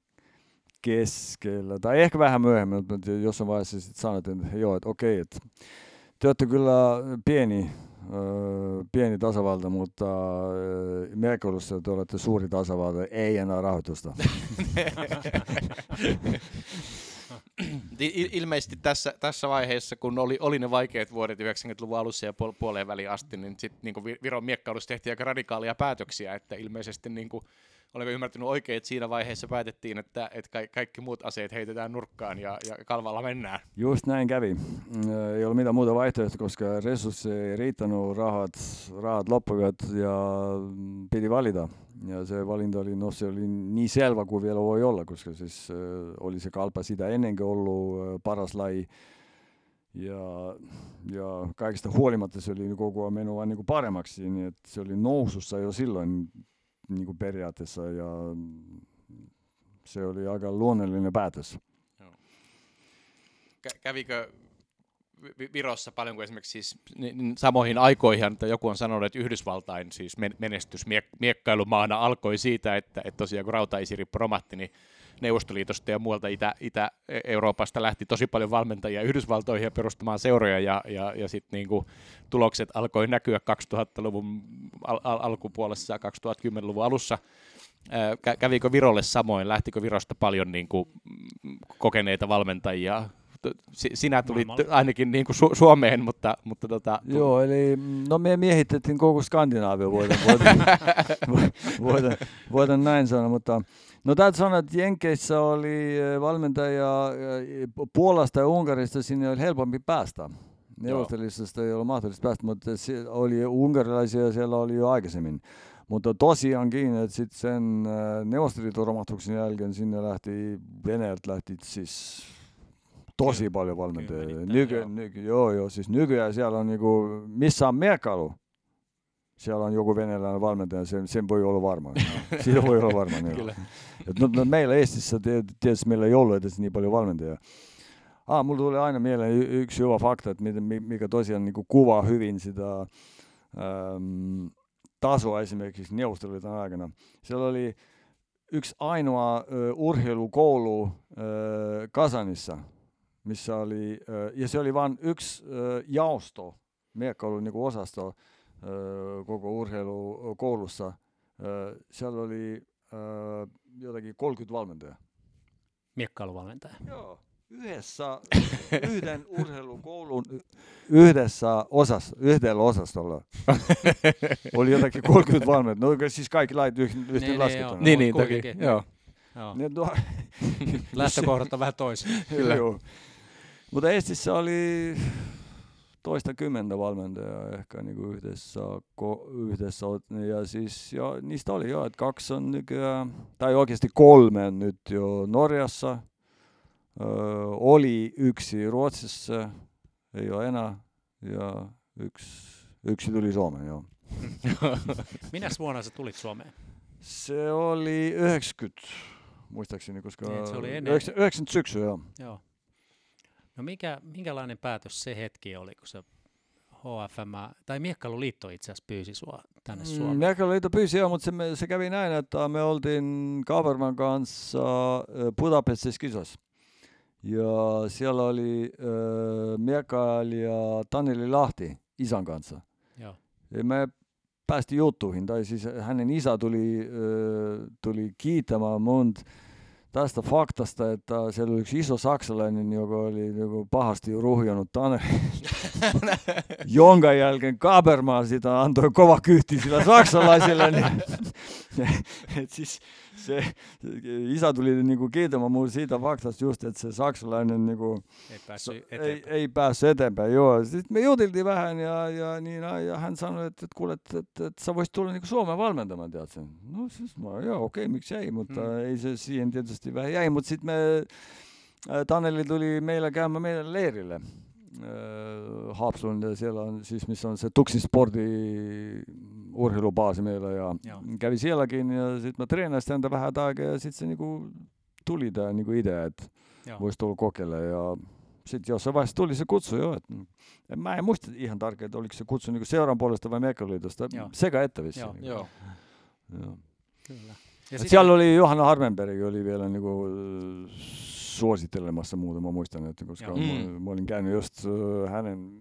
keskellä, tai ehkä vähän myöhemmin, mutta jossain vaiheessa sitten sanottiin, että joo, että okei, että te olette kyllä pieni tasavalta, mutta Miekkailussa te olette suuri tasavalta, ei enää rahoitusta. Ilmeisesti tässä vaiheessa, kun oli ne vaikeat vuodet 90-luvun alussa ja puoleen väliin asti, niin sitten niin Viron miekkailussa tehtiin aika radikaalia päätöksiä, että ilmeisesti, niin kuin, olenko ymmärtänyt oikein, että siinä vaiheessa päätettiin, että kaikki muut aseet heitetään nurkkaan ja kalvalla mennään. Just näin kävi. Ei ole mitään muuta vaihtoehtoa, koska resursseja ei riittänyt, rahat loppuivat ja piti valita. Ja se valinta oli, se oli niin selvä kuin vielä voi olla, koska siis oli se kalpa sitä ennenkin ollut paras laji. Ja kaikista huolimatta se oli koko ajan mennyt vain niin kuin paremmaksi, niin että se oli nousussa jo silloin niin kuin periaatteessa ja se oli aika luonnollinen päätös. Joo. Kävikö Virossa paljon kuin esimerkiksi siis, samoihin aikoihin, että joku on sanonut, että Yhdysvaltain siis menestys miekkailumaana alkoi siitä, että tosiaan kun rautaesirippu romahti, niin Neuvostoliitosta ja muualta Itä-Euroopasta lähti tosi paljon valmentajia Yhdysvaltoihin ja perustamaan seuroja ja sitten niinku tulokset alkoi näkyä 2000-luvun alkupuolessa 2010-luvun alussa. Kävikö Virolle samoin? Lähtikö Virosta paljon niinku kokeneita valmentajia? Sinä tulit ainakin niin kuin Suomeen, mutta Joo, eli me miehitettiin koko Skandinaavia, voidaan näin sanoa, mutta täytyy sanoa, että Jenkeissä oli valmentajia Puolasta ja Unkarista, sinne oli helpompi päästä. Neuvostoliitosta ei ollut mahdollista päästä, mutta oli unkarilaisia, siellä oli jo aikaisemmin. Mutta tosiaankin, että sitten sen Neuvostoliiton romahtuksen jälkeen sinne Venäjältä lähti siis tosi paljon valmentajia. Siis nykyään siellä on niinku, missä on miekkailu, siellä on joku venäläinen valmentaja, sen voi olla varma. Siitä voi olla varma. No, meillä Eestissä tietysti meillä ei ollut edes niin paljon valmentajia. Mulla tuli aina mieleen yksi hyvä fakta, että mikä tosiaan niinku kuvaa hyvin sitä tasoa esimerkiksi Neuvostoliiton aikana. Siellä oli yksi ainoa urheilukoulu Kazanissa, missä oli, ja se oli vain yksi jaosto, miekkailun niin kuin osasto koko urheilukoulussa. Siellä oli jotakin 30 valmentajaa. Miekkailuvalmentaja. Joo. yhden urheilukoulun yhdellä osastolla oli jotakin 30 valmentajaa. No siis kaikki lait yhteen lasketaan. Niin, toki. Joo. Lähtökohdat on vähän toisia. Joo. Mutta Estissä oli toistakymmentä valmentajaa ehkä niinku yhdessä ja siis niistä oli jo, että 2 on nykyään, tai oikeasti 3 nyt jo Norjassa, oli 1 Ruotsissa, ei ole enää, ja yksi tuli Suomeen, joo. Minäs vuonna sä tulit Suomeen? Se oli 90, muistaakseni, koska niin, se oli ennen. 90 syksy, joo. No minkälainen päätös se hetki oli, kun se HFM, tai Miekkailuliitto itse asiassa pyysi sua tänne Suomeen? Miekkailuliitto pyysi, joo, mutta se kävi näin, että me oltiin Kaberman kanssa Budapestissa kisossa. Ja siellä oli miekkailija Taneli Lahti isän kanssa. Joo. Ja me päästiin juttuihin, tai siis hänen isä tuli kiittämään mut tästä faktasta, että siellä oli yksi iso saksalainen, joka oli pahasti ruhjannut Taneli, jonka jälkeen Kaberman sitä antoi kova kyhti sillä saksalaisella. Et siis se isä tuli niinku kiitämään mulle siitä faktasta just, että se saksalainen niinku ei päässyt eteenpäin. Joo. Sitten me juteltiin vähän ja hän sanoi, että kuule, että sä voisit tulla niinku Suomeen valmentamaan, tiedätkö? No siis okei, miksi ei, mutta ei se siihen tietysti vähän jäi. Mutta sitten Taneli tuli meillä käymään meidän leirille. Haapsalun, siellä on siis, missä on se Tuksin sporti urheilubaasi meillä ja kävi sielläkin ja sitten mä treenasin häntä vähän aikaa ja sitten se niinku tuli tää niinku idea, että voisi tulla kokeilla ja sitten jossain vaiheessa tuli se kutsu jo, että mä en muista ihan tarkkaan, että oliko se kutsu niinku seuran puolesta vai Miekkailuliitosta, sekä että vissiin. Joo. Kyllä. Ja siellä oli Johanna Harmenberg oli vielä niinku suosittelemassa muutama, muistan, että koska mä olin käynyt just hänen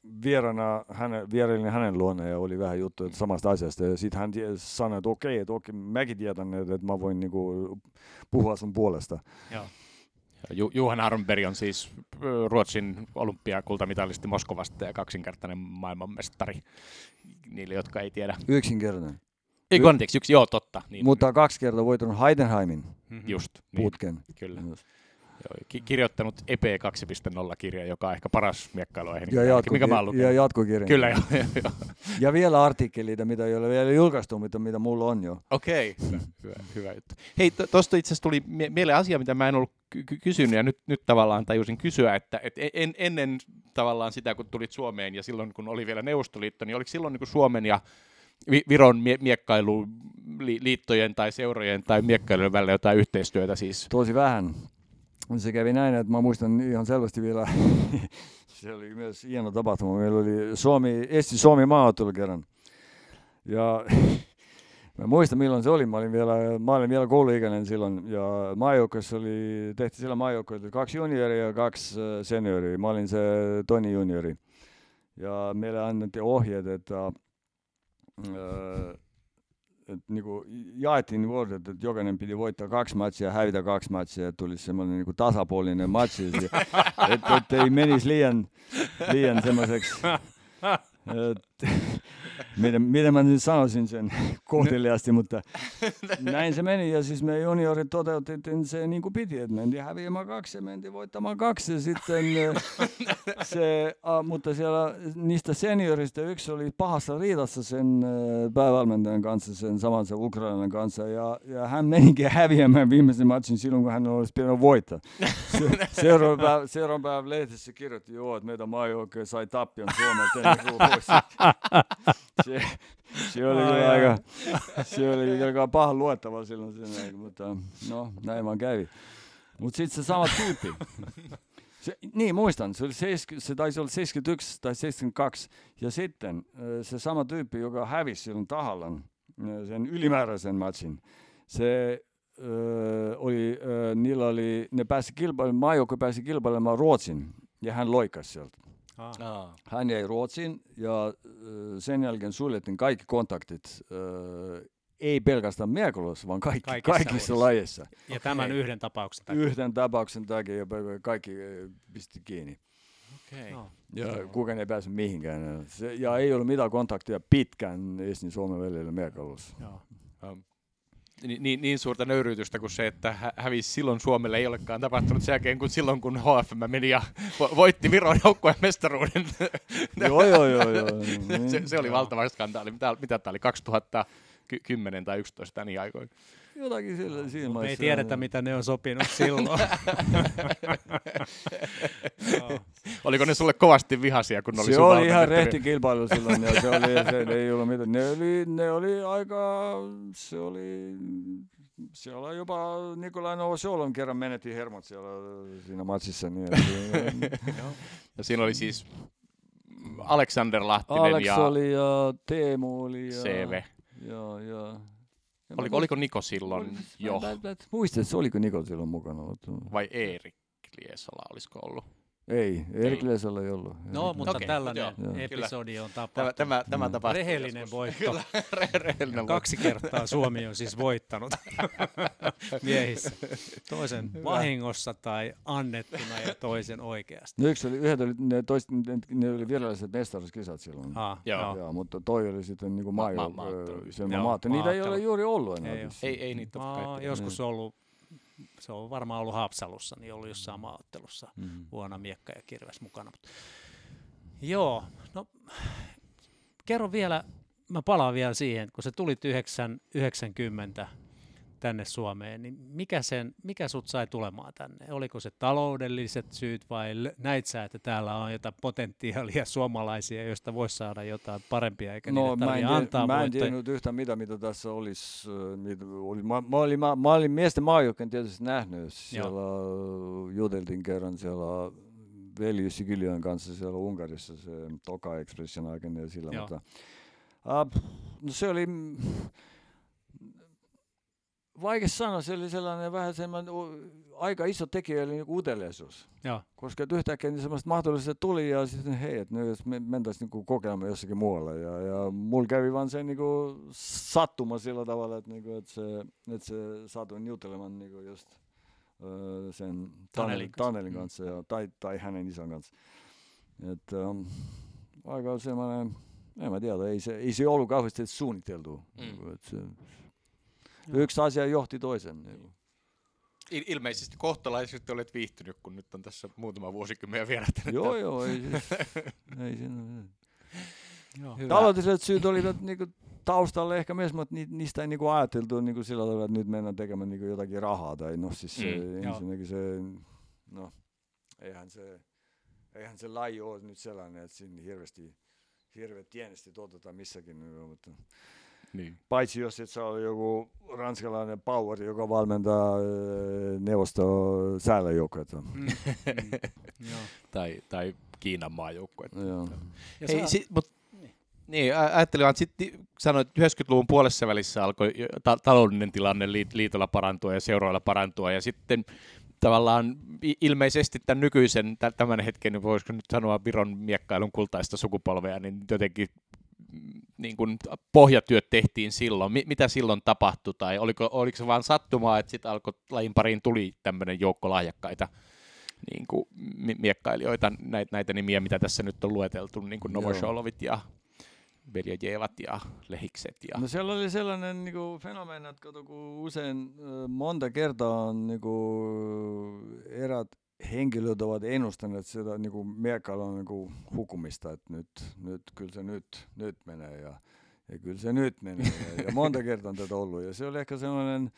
vierailin hänen luona ja oli vähän juttu samasta asiasta ja sitten hän sanoi, että okei, mäkin tiedän, että mä voin niinku puhua sun puolesta. Joo. Johanna Harmenberg on siis Ruotsin olympiakultamitalisti Moskovasta ja 2-kertainen maailmanmestari niille, jotka ei tiedä. Yksinkertainen. Ei anteeksi, joo, totta. Niin. Mutta 2 kertaa voitanut Heidenheimin putken. Niin, kyllä. Joo, kirjoittanut EP 2.0-kirja, joka on ehkä paras miekkailuaihe. Mikä mä oon lukenut. Ja jatkokirja. Kyllä, joo. Ja vielä artikkeleita, mitä ei ole vielä julkaistu, mitä mulla on jo. Okei, hyvä juttu. Hei, tosta itse asiassa tuli mieleen asia, mitä mä en ollut kysynyt, ja nyt tavallaan tajusin kysyä, että ennen tavallaan sitä, kun tulit Suomeen, ja silloin, kun oli vielä Neuvostoliitto, niin oliko silloin niin kuin Suomen ja Viron miekkailuliittojen tai seurojen tai miekkailujen välillä jotain yhteistyötä siis? Tosi vähän. Se kävi näin, että mä muistan ihan selvästi vielä, se oli myös hieno tapahtuma, meillä oli Esti-Suomi maaottelu kerran. Ja mä muistan milloin se oli, mä olin vielä kouluikäinen silloin ja tehtiin siellä maajoukkoissa 2 junioria ja 2 senioria, mä olin se toinen juniori. Ja meille annettiin ohjeet, että niinku jaettiin vuodet, että jokainen piti voittaa 2 matsia ja hävitä 2 matsia, että tulisi semmoinen niinku tasapuolinen matsi, ettei menisi liian semmoiseksi, miten mä nyt sanoisin sen kohteliaasti, mutta näin se meni ja siis me juniorit toteutettiin se niin kuin piti, että mentiin häviämään 2 ja mentiin voittamaan 2 ja sitten mutta siellä niistä seniorista yksi oli pahassa riidassa sen päävalmentajan kanssa, sen samansa Ukrainan kanssa ja hän menikin häviämään viimeisen matsin silloin, kun hän olisi pitänyt voittaa. Seuraavan päivän lehdessä kirjoitti että meidän maajoukkue sai tappion Suomelta. Se oli aika paha luettava silloin, mutta no näin vaan kävi. Mutta sitten se sama tyyppi. Niin muistan, se taisi olla 71 tai 72 ja sitten se sama tyyppi, joka hävisi silloin tahallaan sen ylimääräisen matsin. Maajoukkue pääsi kilpailemaan Ruotsin ja hän loikkasi sieltä. Hän jäi Ruotsiin ja sen jälkeen suljettiin kaikki kontaktit ei pelkästään miekalossa, vaan kaikissa lajeissa. Ja tämän yhden tapauksen takia. Yhden tapauksen takia ja kaikki pisti kiinni. Okay. No. Ja kukaan ei pääse mihinkään. Ja ei ollut mitään kontaktia pitkään Estin Suomen välillä miekalossa. Niin suurta nöyryytystä kuin se, että hävisi silloin Suomelle ei olekaan tapahtunut sen jälkeen, kun silloin kun HFM meni ja voitti Viron joukkueen mestaruuden. Joo. se oli valtava skandaali. Mitä tämä oli, 2010 tai 2011 niin aikoina? Jotakin siinä me ei tiedetä, mitä ne on sopinut silloin. Oliko ne sulle kovasti vihaisia, kun ne oli se oli ihan rehti kilpailu silloin. Ja se ei ollut mitään. Ne oli aika... Siellä jopa Nikolai Novosjolov kerran menetti hermot siinä matsissa. Niin, ja siinä oli siis Aleksander Lahtinen Alex oli ja Teemu oli ja... CV. Ja. Oliko Niko silloin jo? Muistatko, oliko Niko silloin mukana? Vai Erik Liesola olisiko ollut? Ei, Erik Liesola ei ollut. No, mutta tällainen episodi on tapahtunut. Tämä tapahtui. Rehellinen voitto. Kyllä, rehellinen 2 kertaa Suomi on siis voittanut miehissä. Toisen vahingossa tai annettuna ja toisen oikeasti. No ne oli viralliset mestaruuskisat silloin. Joo, mutta toi oli sitten niinku maailmanmaat. Niitä ei ole juuri ollut enää. Ei niitä ole. Joskus ollut. Se on varmaan ollut Haapsalussa, niin ollut jossain maaottelussa vuonna Miekka ja Kirves mukana. Joo, no kerro vielä, mä palaan vielä siihen, kun sä tulit 90 tänne Suomeen, niin mikä sut sai tulemaan tänne? Oliko se taloudelliset syyt vai näit sä, että täällä on jotain potentiaalia suomalaisia, joista voisi saada jotain parempia, eikä niille tarvitse antaa? Mä en tiennyt yhtään mitä tässä olisi. Mä olin miesten maajoukkueen tietysti nähnyt. Siellä juteltiin kerran siellä Veli Sigilion kanssa siellä Unkarissa, se Toka Expression aikana ja sillä. Mutta, no se oli... Vaikea sanoa, se oli sellainen vähän sellainen aika iso tekijä, eli niinku uteliaisuus. Koska yhtäkkiä niin semmoista mahdollisuutta tuli ja sitten hei, että jos me mentäisiin niinku kokeilemaan jossakin muualla. Ja mulla kävi vaan se niinku sattuma sillä tavalla, että se saatuin juttelemaan niinku just sen Tanelin kanssa tai hänen isän kanssa. Että aika semmoinen, en mä tiedä, ei se ollut kauheasti suunniteltu. Yksi asia johti toisen. Ilmeisesti kohtalaisesti olet viihtynyt, kun nyt on tässä muutama vuosikymmen vierähtänyt. Joo, ei siinä. Taloudelliset syyt olivat niinku taustalla ehkä myös, mutta niistä ei niinku ajateltu niinku sillä tavalla, että nyt mennään tekemään niinku jotakin rahaa. Tai no siis ensinnäkin se, no eihän se laji ole nyt sellainen, että siinä hirveän tienesti tuotetaan missäkin. Mutta niin. Paitsi jos et saa joku ranskalainen power, joka valmentaa neuvosto sääläjoukkuetta. Tai Kiinan maajoukkuetta. Ajattelin vaan, että sanoit, että 90-luvun puolessa välissä alkoi taloudellinen tilanne liitolla parantua ja seuroilla parantua, ja sitten tavallaan ilmeisesti tämän nykyisen, tämän hetken, voisiko nyt sanoa Viron miekkailun kultaista sukupolvea, niin jotenkin niin kuin pohjatyöt tehtiin silloin. Mitä silloin tapahtui? Tai oliko se vaan sattumaa, että sitten lajin pariin tuli tämmöinen joukko lahjakkaita niin kuin miekkailijoita, näitä nimiä, mitä tässä nyt on lueteltu, niin kuin Novosjolovit ja Beljajevat ja Lehikset. No siellä oli sellainen niin kuin fenomeeni, että kun usein monta kertaa on niin kuin erät henkilöt ovat ennustaneet sitä niin kuin miekkailun niin kuin hukumista, että nyt kyllä se nyt menee ja kyllä se nyt menee ja monta kertaa on tätä ollut ja se oli ehkä semmoinen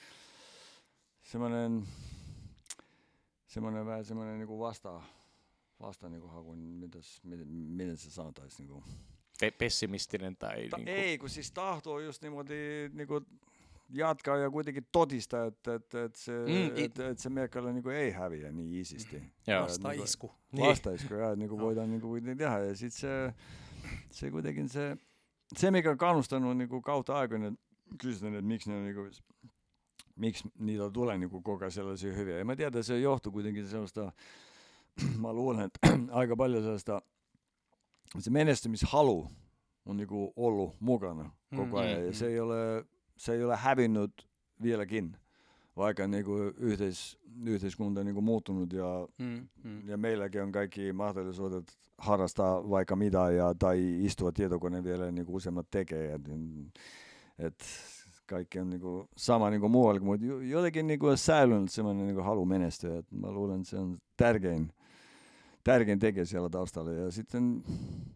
vähän semmoinen niin kuin vasta niin kuin haku, miten se sanotaisi niin kuin pessimistinen tai niin kuin... Ei, kun siis tahtoo just niin kuin jatkaa ja kuitenkin todistaa, että se miekkailu niin ei häviä niin iisisti. Vastaisku. Vastaisku, ja niin kuin voidaan niin kuin tehdä. Ja sitten se kuitenkin se mikä on kannustanut niin kuin kautta aikoina kysytään, että miksi niitä tulee niin kuin koko ajan sellaisia hyviä. Ja mä tiedän, että se johtuu kuitenkin sellaista, mä luulen, että aika paljon sellaista, se menestymishalu on niin kuin ollut mukana koko ajan. Ja se ei ole se ei ole hävinnyt vieläkin, vaikka niinku yhteiskunta niinku muuttunut ja meilläkin on kaikki mahdollisuudet harrastaa vaikka mitä tai istua tietokoneen vielä niinku useammat tekee. Et kaikki on niinku sama niinku muualla, mutta jotenkin niinku on säilynyt semmoinen niinku halu menestyä. Et mä luulen, että se on tärkein tekijä siellä taustalla. Ja sitten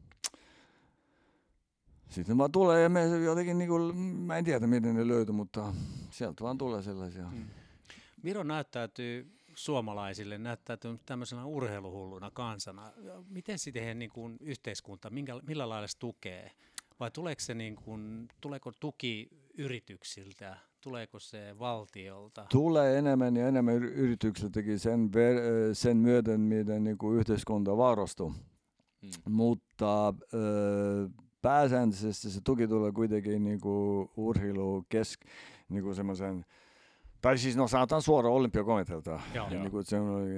vaan tulee ja me jotenkin, niinku, mä en tiedä miten ne löytyy, mutta sieltä vaan tulee sellaisia. Viro näyttäytyy suomalaisille tämmöisenä urheiluhulluna kansana. Miten siihen niin kuin yhteiskunta, millä lailla se tukee? Vai tuleeko tuki yrityksiltä? Tuleeko se valtiolta? Tulee enemmän ja enemmän yrityksiltäkin sen myöten, miten niin kuin yhteiskunta varustuu. Mutta pääsääntöisesti se tuki tulee kuitenkin niin kuin niin kuin semmoisen, tai siis no sanotaan suoraan Olympiakomitealta. Niin se on,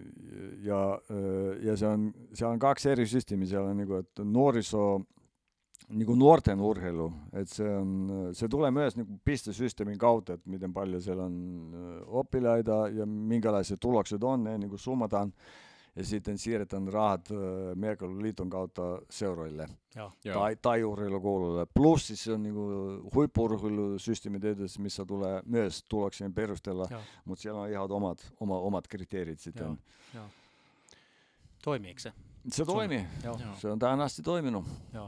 ja se on kaksi eri systeemiä. Siellä on niin kuin, että niin kuin nuorten urheilu, että se tulee myös niin kuin pistesysteemin kautta, että miten paljon siellä on oppilaita ja minkälaiset tulokset on, ne niin kuin summataan ja sitten siirretään rahat Miekkailun kautta seuroille tai urheilukouluille. Plus siis se on niin kuin huippu-urheilusysteemi tietysti, missä tulee myös tuloksien perusteella, mutta siellä on ihan omat kriteerit sitten. Joo. Toimiiko se? Se toimii. Se on tähän asti toiminut. Joo.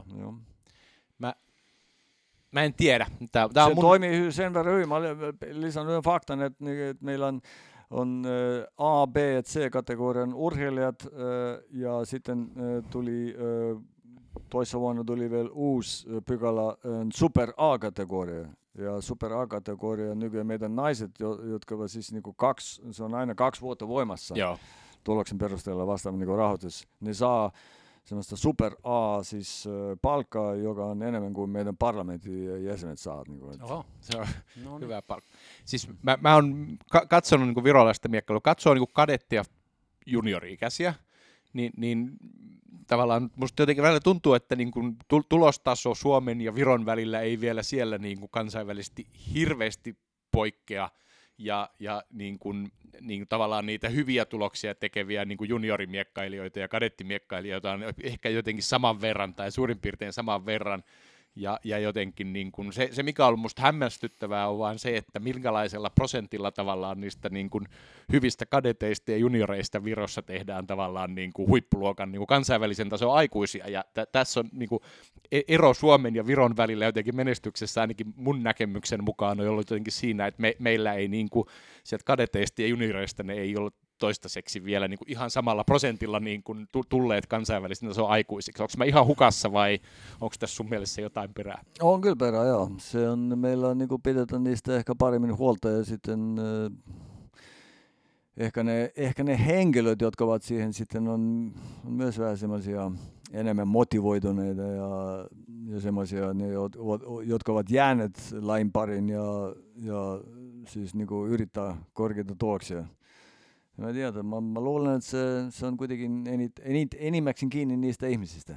Mä en tiedä. Se toimii sen verran hyvin. Mä lisään yhden faktan, että meillä on A, B ja C-kategorian urheilijat ja sitten tuli toissa vuonna tuli vielä uusi pykälä Super A-kategoria. Ja Super A-kategoria nykyään meidän naiset, jotka ovat siis niinku se on aina 2 vuotta voimassa. Joo. Tuloksen perusteella vastaava niinku rahoitus. Ne saa semmoista Super A siis palkkaa, joka on enemmän kuin meidän parlamentin jäsenet saat. Niin oho, se on hyvä palkka. Siis mä oon katsonut niin virolaista miekkailua, katsoo niin kadetti- ja juniori-ikäisiä, niin tavallaan musta jotenkin välillä tuntuu, että niin kuin tulostaso Suomen ja Viron välillä ei vielä siellä niin kuin kansainvälisesti hirveästi poikkea. Ja niin kuin tavallaan niitä hyviä tuloksia tekeviä niin kuin juniorimiekkailijoita ja kadettimiekkailijoita on ehkä jotenkin saman verran tai suurin piirtein saman verran. Ja jotenkin niin kuin se, mikä on ollut musta hämmästyttävää, on vaan se, että minkälaisella prosentilla tavallaan niistä niin kuin hyvistä kadeteista ja junioreista Virossa tehdään tavallaan niin kuin huippuluokan niin kuin kansainvälisen tason aikuisia. Ja tässä on niin kuin ero Suomen ja Viron välillä jotenkin menestyksessä ainakin mun näkemyksen mukaan on ollut jotenkin siinä, että meillä ei niin kuin sieltä kadeteista ja junioreista ne ei ollut toistaiseksi vielä niin kuin ihan samalla prosentilla niin kuin tulleet kansainvälisen tason aikuisiksi. Onko mä ihan hukassa vai onko tässä sun mielessä jotain perää? On kyllä perää, joo. Se on, meillä on niin kuin pidetään niistä ehkä paremmin huolta ja sitten ehkä ne henkilöt, jotka ovat siihen sitten on myös vähän semmoisia enemmän motivoituneita ja semmoisia, jotka ovat jääneet lain parin ja siis niin kuin yrittää korkeita tuloksia. Mä tiedän, mä luulen, että se on kuitenkin enimmäkseen kiinni niistä ihmisistä.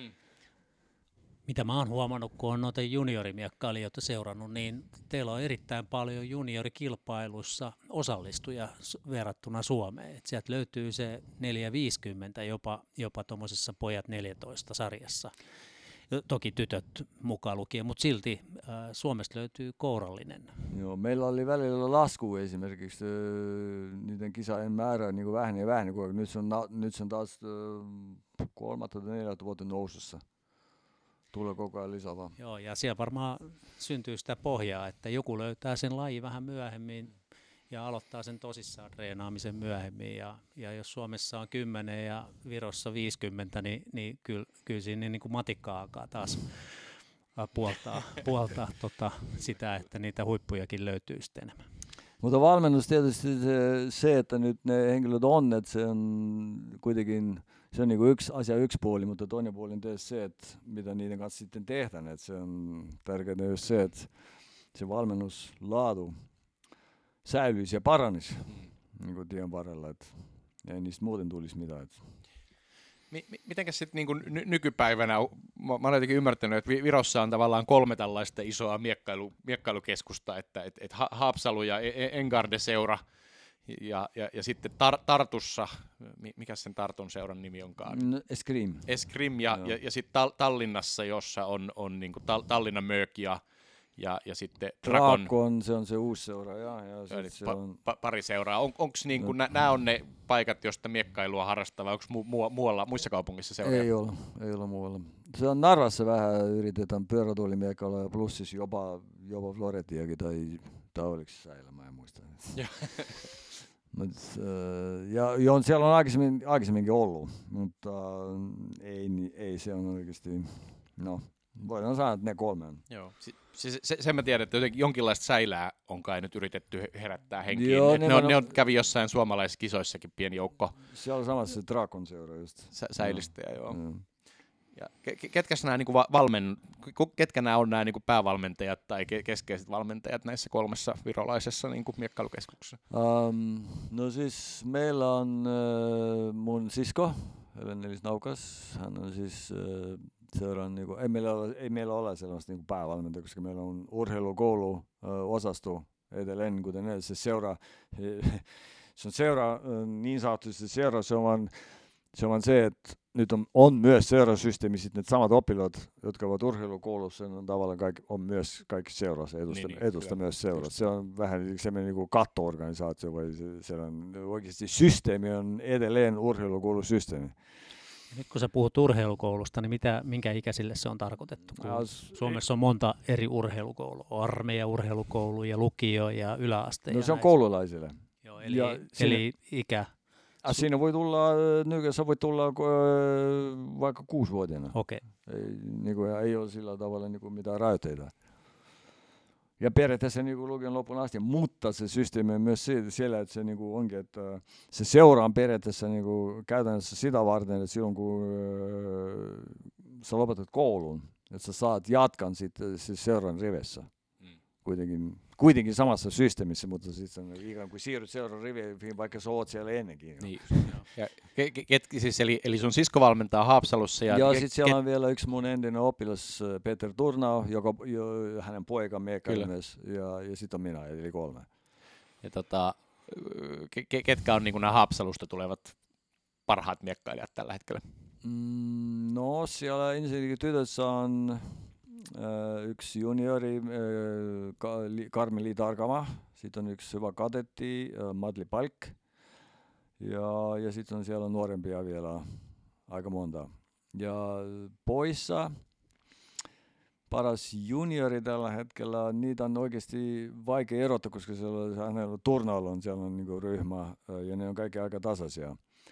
Mitä mä oon huomannut, kun on noita juniorimiekkailijoita seurannut, niin teillä on erittäin paljon juniorikilpailussa osallistujia verrattuna Suomeen. Et sieltä löytyy se 450 jopa tuommoisessa pojat 14 sarjassa. Toki tytöt mukaan lukien, mutta silti Suomesta löytyy kourallinen. Joo, meillä oli välillä lasku esimerkiksi niiden kisaajien määrä niin vähenee, kun nyt se on taas 3. tai 4. vuotta nousussa. Tulee koko ajan lisää vaan. Joo, ja siellä varmaan syntyy sitä pohjaa, että joku löytää sen lajin vähän myöhemmin ja aloittaa sen tosissaan treenaamisen myöhemmin. Ja jos Suomessa on 10 ja Virossa 50, niin kyllä siinä niin kuin matikka alkaa taas puoltaa sitä, että niitä huippujakin löytyy sitten enemmän. Mutta valmennus tietysti se, että nyt ne henkilöt on, että se on kuitenkin se on niin kuin yksi puoli, mutta toinen puoli on tietysti se, että mitä niiden kanssa sitten tehdään. Että se on tärkeää just se, että se valmennuslaatu säilyisi ja paranisi niin kuin tien varrella, että ei niistä muuten tulisi mitään. Mitenkäs sitten niin nykypäivänä, mä olen jotenkin ymmärtänyt, että Virossa on tavallaan 3 tällaista isoa miekkailukeskusta, että Haapsalu ja Engarde-seura ja sitten Tartussa, mikä sen Tartun seuran nimi onkaan? Eskrime ja sitten Tallinnassa, jossa on niin kuin Tallinnan Möök ja sitten Drakon, se on se uusi seura, ja pari seuraa. Onko niin kuin, nämä on ne paikat, joista miekkailua harrastavaa, onko muissa kaupungissa seuraa? Ei ole muualla. Se on Narvassa vähän yritetään pyörätuolimiekkailua ja plus siis jopa Floretiakin tai oliko se Säilä, mä en muista. Ja siellä on aikaisemminkin ollut, mutta ei se on oikeasti, no voidaan sanoa, että ne 3 on. Joo, sen mä tiedän, että jonkinlaista säilää on kai nyt yritetty herättää henkiin. Joo, ne kävi jossain suomalaisissa kisoissakin pieni joukko. Siellä on samassa se Drakon seura just. Säilistöjä, joo. Ja ketkä nämä on nämä niin kuin päävalmentajat tai keskeiset valmentajat näissä 3 virolaisessa niin kuin miekkailukeskuksessa? No siis meillä on mun sisko, Helen Naukas. Hän on siis seuran, niin kuin, ei meillä ole sellaista niin kuin päävalmentaja, koska meillä on urheilukoulu osasto edelleen, kuten se seura, se on seura, niin sanotusti seura, se on se, että nyt on myös seurasysteemi, sitten ne samat oppilaat, jotka ovat urheilukoulussa, on tavallaan kaikki seurassa, edusta myös seurassa. Se on vähän semmoinen niin katto-organisaatio, vai oikeasti systeemi on edelleen urheilukoulusysteemi. Nyt kun sä puhut urheilukoulusta, niin minkä ikäisille se on tarkoitettu? Suomessa on monta eri urheilukoulua, armeija, urheilukoulu ja lukio ja yläaste. No se on koululaisille. Joo, eli ikä. Siinä voi tulla, nykyään voi tulla vaikka 6-vuotiaana. Okei. Ei ole sillä tavalla mitään rajoitteita. Ja periaatteessa lukion loppuun asti, mutta se systeemi on myös siellä, että se onkin, että se seura on periaatteessa käytännössä sitä varten, että silloin kun sä lopetat koulun, että sä saat jatkan sitten seuran rivessä. Kuitenkin samassa systeemissä, mutta sitten ikään kuin siirryt seuran riviin, vaikka sä oot siellä ennenkin. Niin. Ja siis eli sun sisko valmentaa Haapsalussa. Ja sitten siellä on vielä yksi mun entinen oppilas, Peter Turnau, joka hänen poika miekkailimies, ja sitten on minä, eli 3. Ja ketkä on niin nämä Haapsalusta tulevat parhaat miekkailijat tällä hetkellä? No siellä ensinnäkin tytössä on yksi juniori, Karmeli Tarkama, sitten on yksi hyvä kadetti, Madli Palk, ja sitten on siellä nuorempia vielä aika monta. Ja poissa paras juniori tällä hetkellä, niitä on oikeasti vaikea erottaa, koska hänellä Turnaulla on siellä on ryhmä, ja ne on kaikki aika tasaisia.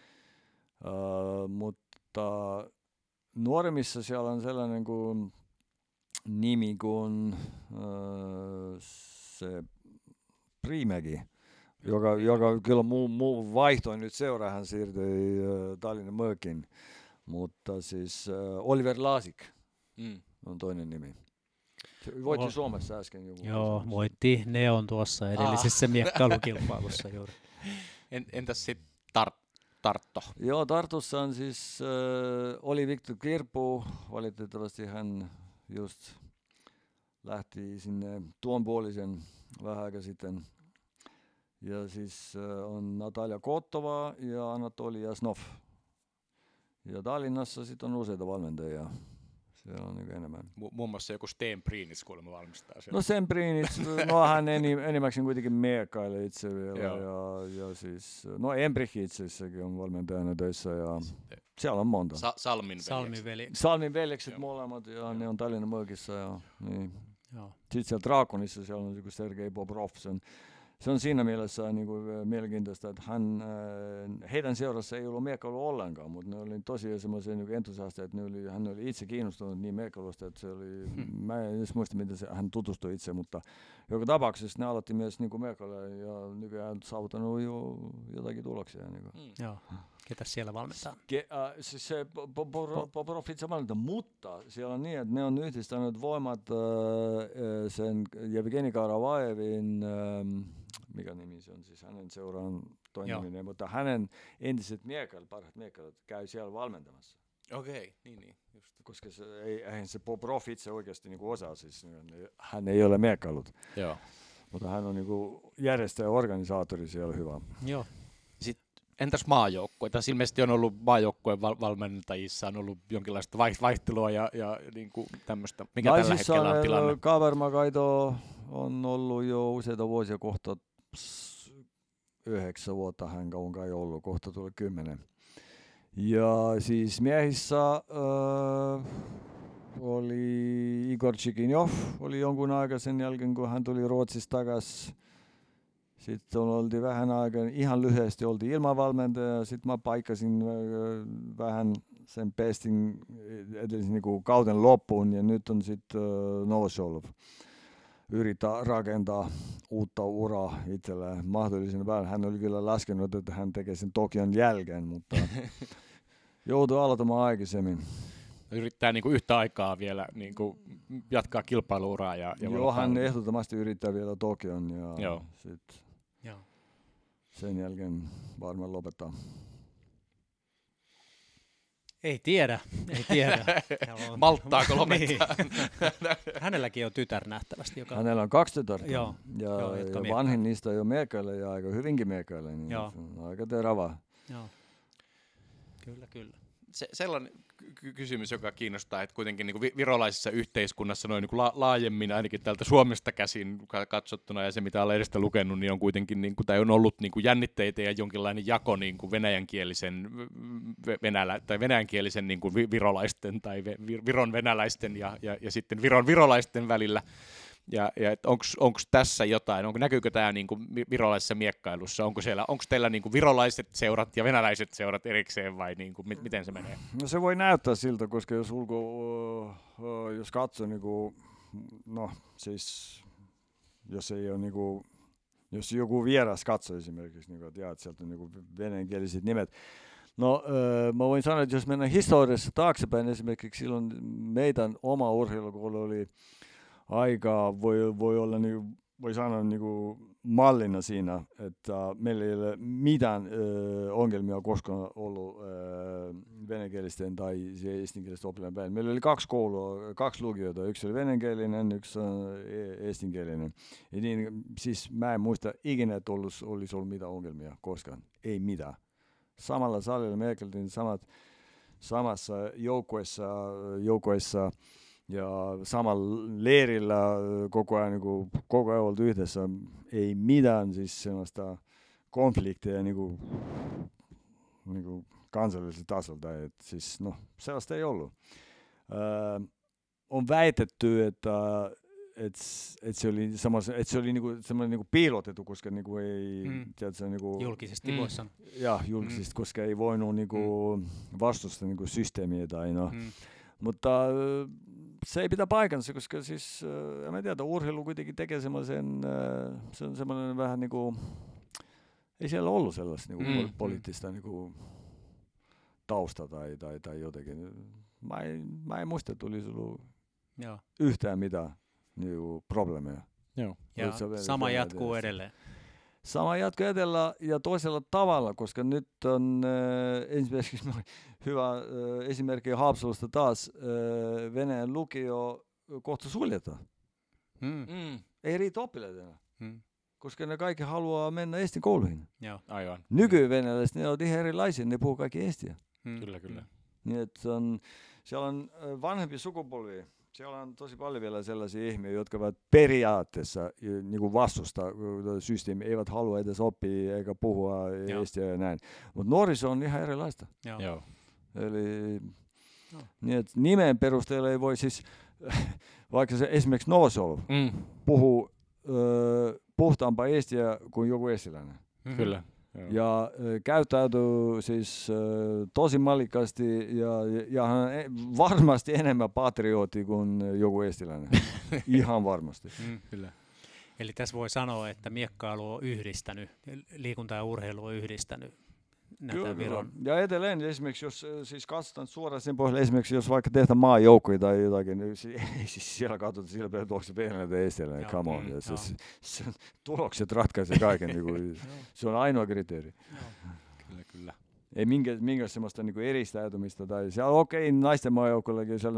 Mutta nuoremmissa siellä on sellainen kuin nimi kuin se Primäki, joka kyllä muu vaihtoi nyt seuraa, hän siirtyi Tallinnan Möökin, mutta siis Oliver Laasik on toinen nimi. Voitti Suomessa äsken joku. Joo, voitti Neon tuossa edellisessä miekkailukilpailussa juuri. Entäs sitten Tartto? Joo, Tartussa on siis oli Viktor Kirpu, valitettavasti hän just lähti sinne tuon puolisen vähän aika sitten. Ja siis on Natalia Kottova ja Anatoli Jasnov. Ja Tallinnassa sitten on useita valmentajia. Siellä on enemmän. Muun muassa joku Sten Priinits kuulemma valmistaa siellä. No Sten Priinits, hän enimmäkseen kuitenkin miekkailee itse vielä. ja siis, no Embrich itseissäkin on valmentajana töissä ja siellä on monta. Salmin veljekset molemmat ja ne on Tallinnan Möökissä. Ja, niin. Sitten siellä Drakonissa siellä on joku Sergei Bobrov. Se on siinä mielessä mielenkiintoista, että heidän seurassa ei ollut miekkailu ollenkaan, mutta ne oli tosi semmoisia entusiasteja, että hän oli itse kiinnostunut niin miekkailusta, että se oli, mä en edes muista, miten hän tutustui itse, mutta joka tapauksessa ne aloitti myös miekkailuja ja nykyään saavuttanut jo jotakin tuloksia. Joo. Ketä siellä valmentaa? Siis se Bobrovitsa valmentaa, mutta siellä on niin, että ne on yhdistänyt voimat sen Jevgeni Karavaevin, mikä nimi se on, siis hänen seuraan toimiminen, mutta hänen entiset parhaat miekkailujat käy siellä valmentamassa. Okei, niin. Just. Koska eihän se Bobrovitsa oikeasti niinku osaa, siis hän ei ole miekkailut. Joo. Mutta hän on niinku järjestäjä ja organisaattori siellä hyvä. Joo. Entäs maajoukkue? Tässä ilmeisesti on ollut maajoukkueen valmentajissa on ollut jonkinlaista vaihtelua ja niin kuin tämmöistä. Mikä tällä hetkellä on tilanne? Kavermakaito on ollut jo useita vuosia, kohta 9 vuotta hän kauan kai ollut, kohta tulee 10. Ja siis miehissä oli Igor Chikinjov, oli jonkun aikaa sen jälkeen, kun hän tuli Ruotsista takaisin. Sitten oltiin vähän aikaa, ihan lyhyesti oltiin ilman valmentaja, sitten mä paikkasin vähän sen pestin edellisen niin kauden loppuun ja nyt on sitten Novosjolov. Yrittää rakentaa uutta uraa itselleen mahdollisen vähän. Hän oli kyllä laskenut, että hän tekee sen Tokion jälkeen, mutta joutui aloittamaan aikaisemmin. Yrittää niin kuin yhtä aikaa vielä niin kuin jatkaa kilpailuuraa. Joo, hän ehdottomasti yrittää vielä Tokion ja sitten sen jälkeen varmaan lopettaa. Ei tiedä. Malttaako lopettaa? Hänelläkin on tytär nähtävästi. Hänellä on 2 tytärtä. Joo, ja vanhin niistä jo miekkaille ja aika hyvinkin miekkaille. Niin se on aika terävää. Joo. Kyllä. Sellainen kysymys, joka kiinnostaa, että kuitenkin niin kuin virolaisessa yhteiskunnassa noin niin kuin laajemmin, ainakin täältä Suomesta käsin katsottuna ja se, mitä olen edestä lukenut, niin on kuitenkin niin kuin, tai on ollut niin kuin jännitteitä ja jonkinlainen jako niin kuin venäjänkielisen niin kuin virolaisten tai Viron venäläisten ja sitten Viron virolaisten välillä. Ja onko tässä jotain, näkyykö tämä niinku virolaisessa miekkailussa, onko teillä niinku virolaiset seurat ja venäläiset seurat erikseen vai niinku, miten se menee? No se voi näyttää siltä, koska jos katsoo niinku, no siis jos ei ole niinku, jos joku vieras katsoo esimerkiksi niinku, että sieltä on niinku venäjänkieliset nimet. No mä voin sanoa, että jos mennään historiassa taaksepäin esimerkiksi silloin meidän oma urheilukoulu oli aika voi olla voi sanoa niinku mallina siinä, että meillä ei ole mitään ongelmia koskaan ollut venäjänkielisten tai estinkielisten oppilaiden välillä. Meillä oli 2 koulua, 2 lukioita, yksi oli venäjänkielinen, yksi estinkielinen. Ja niin, siis mä en muista ikinä, että olisi ollut mitään ongelmia koskaan, ei mitään. Samalla salilla me käytiin samassa joukkueessa ja samalla leirillä koko ajan oltu yhdessä, ei mitään siis sellaista konflikteja niinku kansallisella tasolla, että siis no sellaista ei ollut. On väitetty, että se oli semmoinen piilotettu, koska ei tiedätkö, julkisesti voi sanoa. Ja julkisesti, koska ei voinut vastustaa systeemiä tai no. Mutta se ei pitää paikansa, koska siis, en tiedä, urheilu kuitenkin tekee semmoisen, se on semmoinen vähän ei siellä ollut sellaista poliittista tausta tai jotenkin. Mä en muista, että olisi ollut yhtään mitään probleemeja. Joo. Ja sama jatkuu edelleen. Sama jatkuu edelleen ja toisella tavalla, koska nyt on esimerkiksi hyvä esimerkki Haapsalusta taas, Venäjän lukio kohta suljetaan. Ei riitä oppilaita enää, koska ne kaikki haluaa mennä estin kouluihin. Joo, aivan. Nykyvenäläiset, ne ovat ihan erilaisia, ne puhuu kaikki estiä. Kyllä. Niin, että siellä on vanhempi sukupolvi. Siellä on tosi paljon vielä sellaisia ihmisiä, jotka ovat periaatteessa vastustaa systeemiä, eivät halua edes oppia eikä puhua estiä ja näin. Mutta nuoriso on ihan erilaista. Joo. Eli niin, että nimen perusteella ei voi siis, vaikka se esimerkiksi Novosjolov puhuu puhtaampaa estiä kuin joku estiläinen. Kyllä. Ja käyttäytyy siis tosi mallikkaasti ja hän varmasti enemmän patriootti kuin joku estiläinen. Ihan varmasti. Kyllä. Eli tässä voi sanoa, että miekkailu on yhdistänyt, liikunta ja urheilu on yhdistänyt näitä Viron. Ja edelleen esimerkiksi, jos siis katsotaan suoraan sen pohjalle, esimerkiksi jos vaikka tehdään maajoukkoja tai jotakin, niin ei siis siellä katsota sillä perällä, onko se Venäjä tai Estiläinen, come on. Se tulokset ratkaisee kaiken, niin kuin, se on ainoa kriteeri. Kyllä. Ei minkä semmoista niin kuin eristäytymistä tai siellä okei, naisten maajoukkoillakin siellä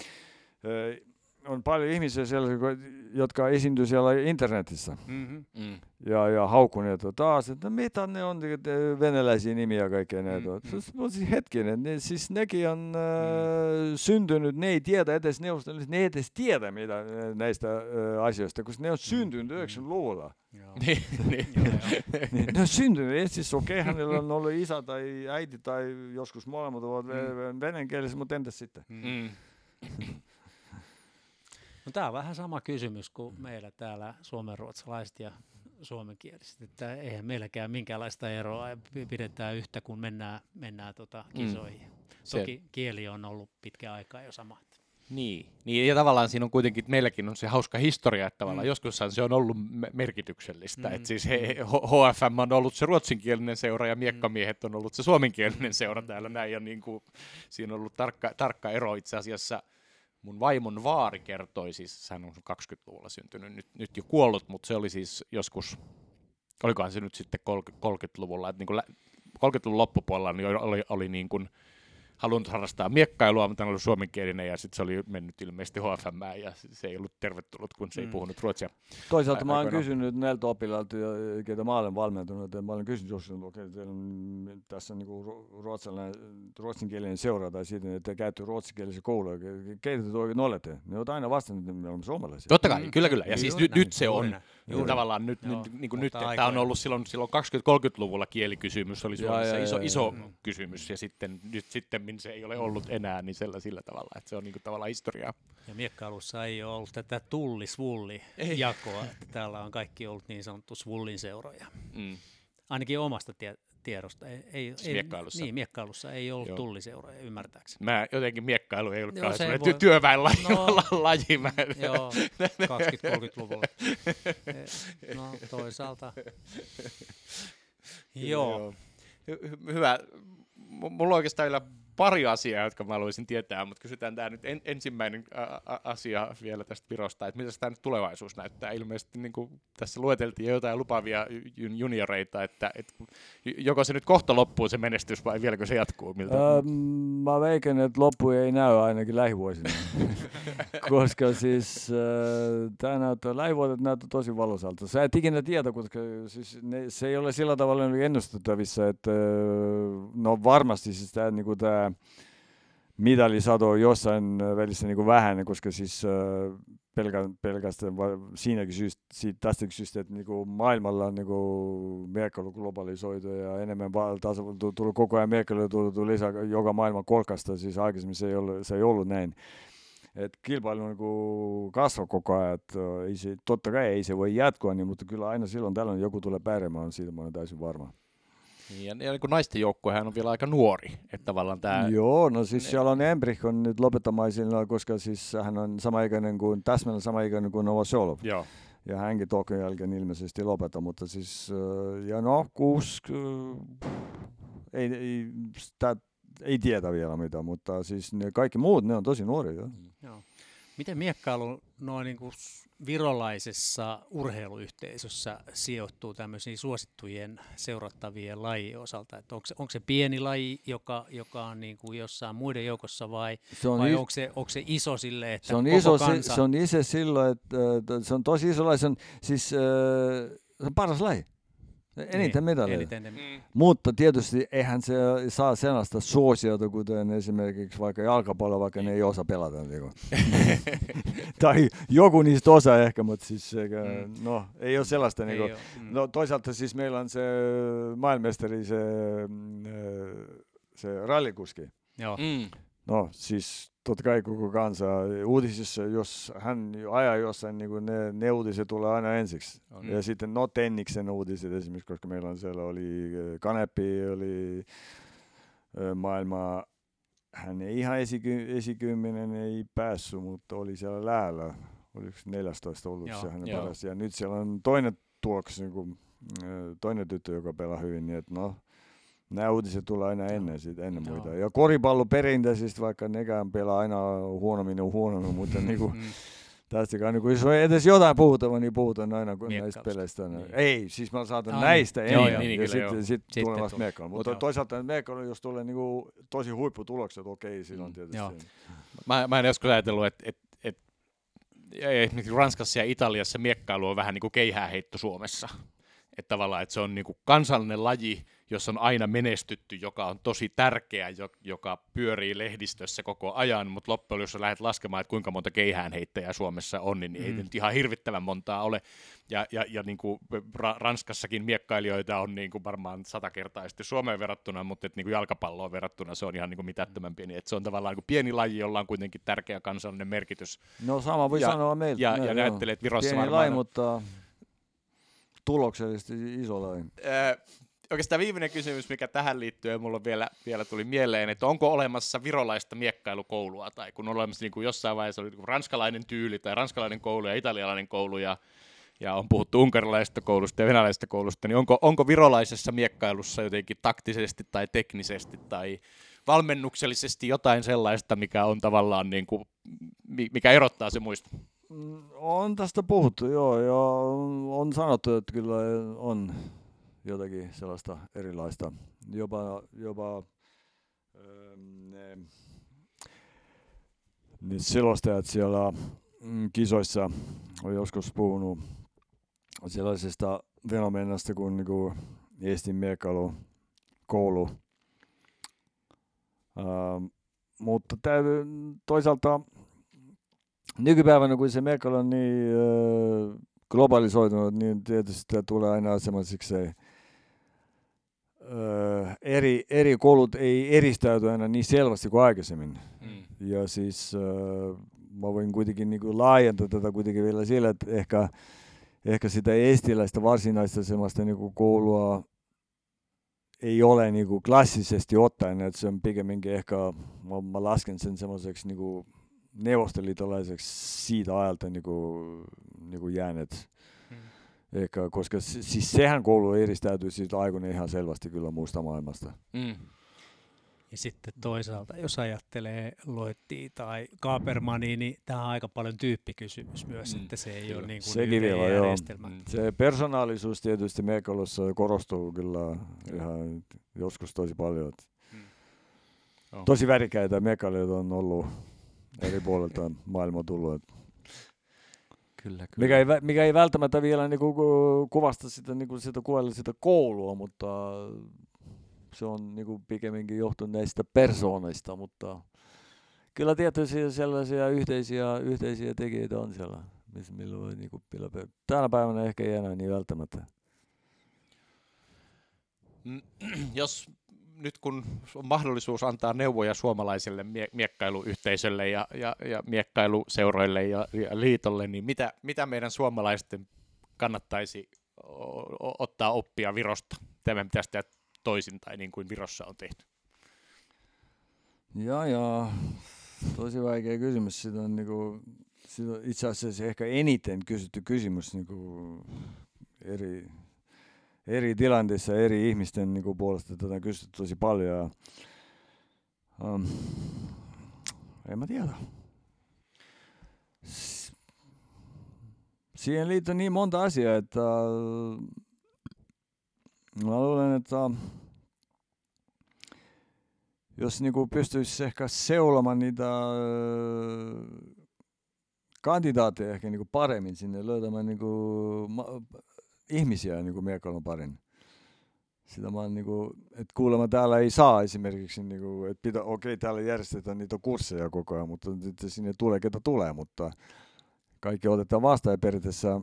on paljon ihmisiä siellä, jotka esiintyy siellä internetissä. Ja haukkuneet taas, että mitä ne on venäläisiä nimiä ja kaikkea näitä. Siis hetkinen, siis nekin on syntynyt, ne ei tiedä edes neuvostoliitosta, ne ei edes tiedä mitä näistä asioista, koska ne on syntynyt 90-luvulla. Ne on syntynyt, siis okei, hänellä on ollut isä tai äiti tai joskus molemmat ovat venäjänkielisiä, mutta entäs sitten? No, tämä on vähän sama kysymys kuin meillä täällä suomenruotsalaiset ja suomenkieliset, että eihän meilläkään minkäänlaista eroa, pidetään yhtä kun mennään kisoihin. Toki kieli on ollut pitkä aikaa jo sama. Niin, ja tavallaan siinä on kuitenkin, meilläkin on se hauska historia, että tavallaan joskushan se on ollut merkityksellistä, että siis HFM on ollut se ruotsinkielinen seura ja miekkamiehet on ollut se suomenkielinen seura täällä näin, ja niin kuin, siinä on ollut tarkka ero itse asiassa. Mun vaimon vaari kertoi, siis hän on 20-luvulla syntynyt, nyt jo kuollut, mutta se oli siis joskus, olikohan se nyt sitten 30-luvulla, että niin kuin 30-luvun loppupuolella niin oli niin kuin halunnut harrastaa miekkailua, mutta hän oli suomenkielinen ja sitten se oli mennyt ilmeisesti HFM:ään ja se ei ollut tervetullut, kun se ei puhunut ruotsia. Toisaalta mä oon kysynyt näiltä oppilailta, keitä mä olen valmentunut, että mä olen kysynyt, jos tässä on niinku ruotsinkielinen seura tai siitä, että käytte ruotsinkielisiä kouluja, keitä te oikein olette? Ne ovat aina vastannut, että me olemme suomalaisia. Totta kai, kyllä. Ja siis nyt se on tavallaan nyt, että on ollut silloin 20-30-luvulla kielikysymys, oli Suomessa iso kysymys ja sitten se ei ole ollut enää niin sillä tavalla, että se on niinku tavallaan historiaa. Ja miekkailussa ei ole ollut tätä tulli-svulli-jakoa, että täällä on kaikki ollut niin sanottu svullin seuroja. Ainakin omasta tiedosta. Miekkailussa. Niin, miekkailussa ei ollut tulliseuroja, ymmärtääkseni. Mä jotenkin miekkailu ei ollut työväenlaji. Joo, 20-30-luvulla. No, toisaalta. Joo. Hyvä. Mulla on oikeastaan vielä pari asiaa, jotka mä haluaisin tietää, mutta kysytään tämä nyt ensimmäinen asia vielä tästä Virosta, että mitä tämä nyt tulevaisuus näyttää. Ilmeisesti niin kuin tässä lueteltiin jo jotain lupaavia junioreita, että joko se nyt kohta loppuu se menestys vai vieläkö se jatkuu? Mä veikän, että loppu ei näy ainakin lähivuosina, koska siis lähivuodet näyttää tosi valoisalta. Sä et ikinä tiedä, koska siis se ei ole sillä tavalla ennustettavissa, että no varmasti siis tämä niinku mitalisato on jossain välissä niinku vähäinen, koska siis pelkästään siinäkin tästäkin syystä, että niinku maailmalla on niinku miekkailu globalisoitu ja enemmän tullut koko ajan miekkailu tullut lisää joka maailman kolkasta, siis aikaisemmin se ei ollut näin. Et kilpailu on niinku kasva koko ajan, että totta kai ei se voi jatkua, niin, mutta kyllä aina silloin tällöin joku tulee pärjäämään, siitä mä olen täysin varma. Ja niin kuin naisten joukkuehan on vielä aika nuori, että tavallaan tämä... Joo, no siis siellä on Embrich on nyt lopettamaisillaan, koska siis hän on täsmälleen samaikäinen kuin Novosjolov. Joo. Ja hänkin Tokion jälkeen ilmeisesti lopeta, mutta siis, ja no, ei tiedä vielä mitä, mutta siis kaikki muut, ne on tosi nuoria. Joo. Miten miekkailu noin niin kuin virolaisessa urheiluyhteisössä sijoittuu tämmöisiin suosittujen seurattavien lajien osalta? Että onko se pieni laji, joka on niin kuin jossain muiden joukossa vai onko se iso silleen, että kansa... Se on iso silloin, että se on tosi iso laji, se on paras laji. Eniten medaleita. Mutta tietysti eihän se saa sellaista suosiota, kuten esimerkiksi vaikka jalkapallo, vaikka ne ei osaa pelata. Tai joku niistä osaa ehkä, mutta siis no, ei ole sellaista. No, toisaalta siis meillä on se maailmanmestari, se rallikuski. Joo. No siis totta kai koko kansa uutisissa, jos hän ajaa jossain, niin ne uutiset tulee aina ensiksi. Ja sitten tenniksen uutiset esimerkiksi, koska meillä on siellä oli Kanepi, oli maailma, hän ei ihan esikymmenen ei päässyt, mutta oli siellä lähellä. Oli 14 ollut se hänen paras. Ja nyt siellä on toinen tuoksi, niin toinen tyttö, joka pelaa hyvin, niin että no. Nämä uutiset tulee aina ennen muita. Ja koripallo perinteisesti, vaikka nekään pelaa aina huonommin, mutta niinku, tästäkään, niin jos on edes jotain puhuttavaa, niin puhutaan aina näistä peleistä. Niin. Ei, siis mä saatan näistä ennen, ja sitten tulee vasta miekkailu. Mutta toisaalta miekkailu, jos tulee niinku tosi huipputulokset, okei, silloin tietysti. Mä en joskus ajatellut, että Ranskassa ja Italiassa miekkailu on vähän niin kuin keihääheitto Suomessa. Että tavallaan, että se on niin kuin kansallinen laji, jossa on aina menestytty, joka on tosi tärkeä, joka pyörii lehdistössä koko ajan, mutta loppujen jos sä lähdet laskemaan, että kuinka monta keihäänheittäjää Suomessa on, niin ei nyt ihan hirvittävän montaa ole. Ja niin kuin Ranskassakin miekkailijoita on niin kuin varmaan 100-kertaisesti Suomeen verrattuna, mutta niin kuin jalkapalloon verrattuna se on ihan niin kuin mitättömän pieni. Että se on tavallaan niin kuin pieni laji, jolla on kuitenkin tärkeä kansallinen merkitys. No sama voi sanoa meiltä. Ja ajattelee, että Virossa pieni varmaan... laji, mutta tuloksellisesti iso laji. Oikeastaan viimeinen kysymys, mikä tähän liittyy, mulla vielä tuli mieleen, että onko olemassa virolaista miekkailukoulua, tai kun on olemassa niin kuin jossain vaiheessa oli ranskalainen tyyli, tai ranskalainen koulu ja italialainen koulu, ja on puhuttu unkarilaisesta koulusta ja venäläisestä koulusta, niin onko virolaisessa miekkailussa jotenkin taktisesti tai teknisesti tai valmennuksellisesti jotain sellaista, mikä on tavallaan, niin kuin, mikä erottaa se muista? On tästä puhuttu, joo, ja on sanottu, että kyllä on jotakin sellaista erilaista. Jopa ne selostajat siellä kisoissa on joskus puhunut sellaisesta fenomenasta kuin niinku Eestin miekkailukoulu. Mutta toisaalta nykypäivänä, kun se miekkailu on niin globalisoitunut, niin tietysti tämä tulee aina semmoisiksi eri koulut ei eristäyty aina niin selvästi kuin aikaisemmin. Ja siis mä voin kuitenkin niinku laajentaa tätä kuitenkin vielä sillä, että ehkä sitä estiläistä varsinaista semmoista niinku koulua ei ole niinku klassisesti ottaen, että se on pikemminkin ehkä, mä lasken sen semmoiseksi niinku neuvostoliitolaiseksi siitä ajalta niinku jääneet. Ehkä, koska siis sehän koulu eristäytyy siitä aikoina ihan selvästi kyllä muusta maailmasta. Ja sitten toisaalta, jos ajattelee Loettia tai Kaapermania, niin tämä on aika paljon tyyppikysymys myös, että se ei ole niin kuin yhden järjestelmä. Se persoonallisuus tietysti miekkailussa korostuu kyllä ihan joskus tosi paljon. Tosi värikäitä miekkailijoita on ollut eri puolilta maailmaa tullut. Kyllä. Mikä ei välttämättä vielä niinku kuvasta sitä, niinku sitä koulua, mutta se on niinku pikemminkin johtunut näistä persoonista, mutta kyllä tietysti sellaisia yhteisiä tekijöitä on siellä, millä voi niinku tänä päivänä ehkä ei enää niin välttämättä. Jos nyt kun on mahdollisuus antaa neuvoja suomalaiselle miekkailuyhteisölle ja miekkailuseuroille ja liitolle, niin mitä meidän suomalaisten kannattaisi ottaa oppia Virosta? Tämän pitäisi tehdä toisin tai niin kuin Virossa on tehty. Joo. Tosi vaikea kysymys. Siitä on itse asiassa ehkä eniten kysytty kysymys eri tilanteissa eri ihmisten puolesta tätä on kysytty tosi paljon. En mä tiedä. Siihen liittyy niin monta asiaa, että mä luulen, että jos pystyisi ehkä seulomaan niitä kandidaatteja ehkä paremmin sinne, löytämään ihmisiä miekkailun parin. Sitä mä että kuulemma täällä ei saa esimerkiksi, että täällä järjestetään niitä kursseja koko ajan, mutta sinne tulee ketä tulee, mutta kaikki otetaan vastaan ja periaatteessa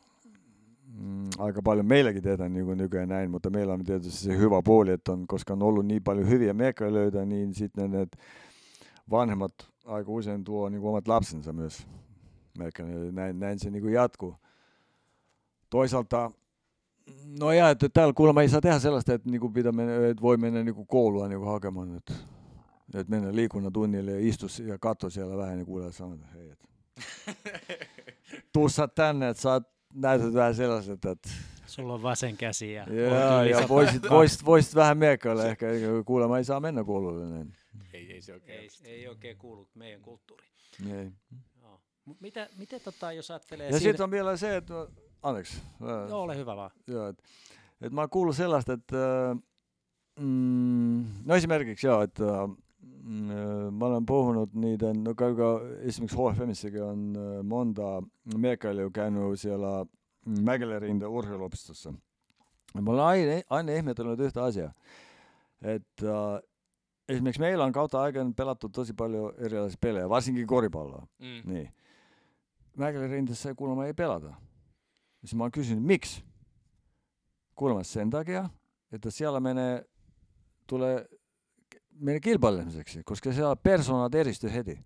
aika paljon meilläkin tehdään nykyään näin, mutta meillä on tietysti se hyvä puoli, että koska on ollut niin paljon hyviä miekkailijoita, niin sitten ne vanhemmat aika usein tuo omat lapsensa myös. Näin se jatkuu. Toisaalta, no ja, että täällä kuulemma ei saa tehdä sellaista, että, että voi mennä koulua hakemaan, että mennä liikunnan tunnille ja istu ja katso siellä vähän ja kuulee sanoa, että hei, tuu sä tänne, että näytät vähän sellaiset, että Sulla on vasen käsi ja ja voisit vähän miekkailla ehkä, kuulemma ei saa mennä koululle. Niin. Ei se oikein. Ei oikein kuulu meidän kulttuuriin. Ei. Joo. Miten jos ajattelee... Ja sitten on vielä se, että... Anteeksi. Joo, ole hyvä vaan. Joo, että mä oon kuullut sellaista, että... no esimerkiksi joo, että... mä olen puhunut niiden, no esimerkiksi HFMissäkin on monta miekkailijaa käynyt siellä Mäkelänrinteen urheiluopistossa. Mä olen aina ihmetellyt yhtä asiaa, että esimerkiksi meillä on kautta aikana pelattu tosi paljon erilaisia pelejä, varsinkin koripalloa. Niin. Mäkelänrinteessä kuulemma ei pelata. Mä oon kysynyt, miksi? Kuulemma sen takia, että siellä menee kilpailemiseksi, koska siellä persoonat eristyy heti.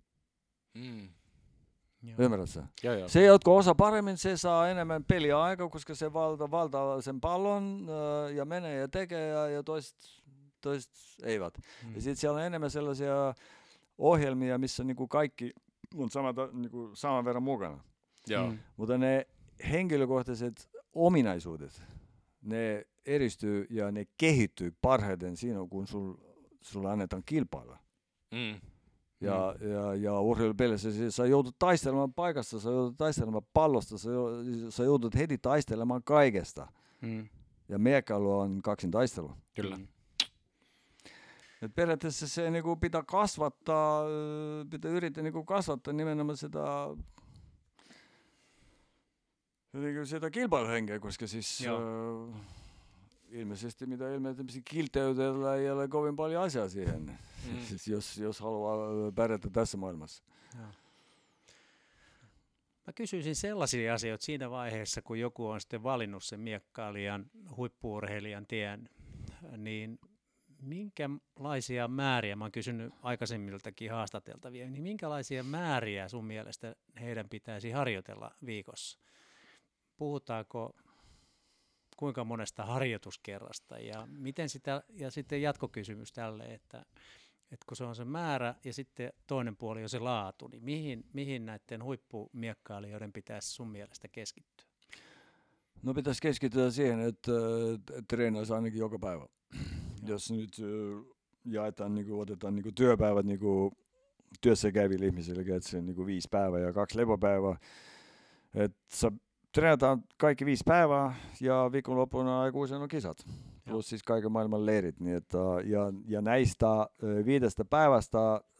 Ymmärrätkö? Joo. Se, jotka osaa paremmin, se saa enemmän peliaikaa, koska se valtaa sen pallon ja menee ja tekee ja toiset eivät. Ja sitten siellä on enemmän sellaisia ohjelmia, missä niinku kaikki on saman verran mukana. Mutta ne henkilökohtaiset ominaisuudet, ne eristyy ja ne kehittyy parhaiten siinä, kun sulla annetaan kilpailla. Ja urheilupelissä sä joudut taistelemaan paikasta, sä joudut taistelemaan pallosta, sä joudut heti taistelemaan kaikesta. Ja miekkailu on kaksintaistelu. Kyllä. Et periaatteessa se niinku pitää kasvattaa, yrittää niinku kasvattaa nimenomaan sitä kilpailuhenkeä, koska siis ilmeisesti kilteytellä ei ole kovin paljon asiaa siihen, siis jos haluaa pärjätä tässä maailmassa. Mä kysyisin sellaisia asioita siinä vaiheessa, kun joku on sitten valinnut sen miekkailijan, huippu-urheilijan tien, niin minkälaisia määriä, mä oon kysynyt aikaisemmiltakin haastateltavia, niin minkälaisia määriä sun mielestä heidän pitäisi harjoitella viikossa? Puhutaanko kuinka monesta harjoituskerrasta ja miten sitä, ja sitten jatkokysymys tälle, että kun se on se määrä ja sitten toinen puoli on se laatu, niin mihin näiden huippumiekkailijoiden pitäisi sun mielestä keskittyä? No pitäisi keskittyä siihen, että treenaisi ainakin joka päivä. Jos nyt jaetaan, otetaan työpäivät työssä käyville ihmisille, että se on 5 päivää ja 2 lepopäivää, että treenataan kaikki 5 päivää ja viikonloppuna aikuisen on kisat. Plus siis kaiken maailman leirit. Niin että, ja näistä 5 päivästä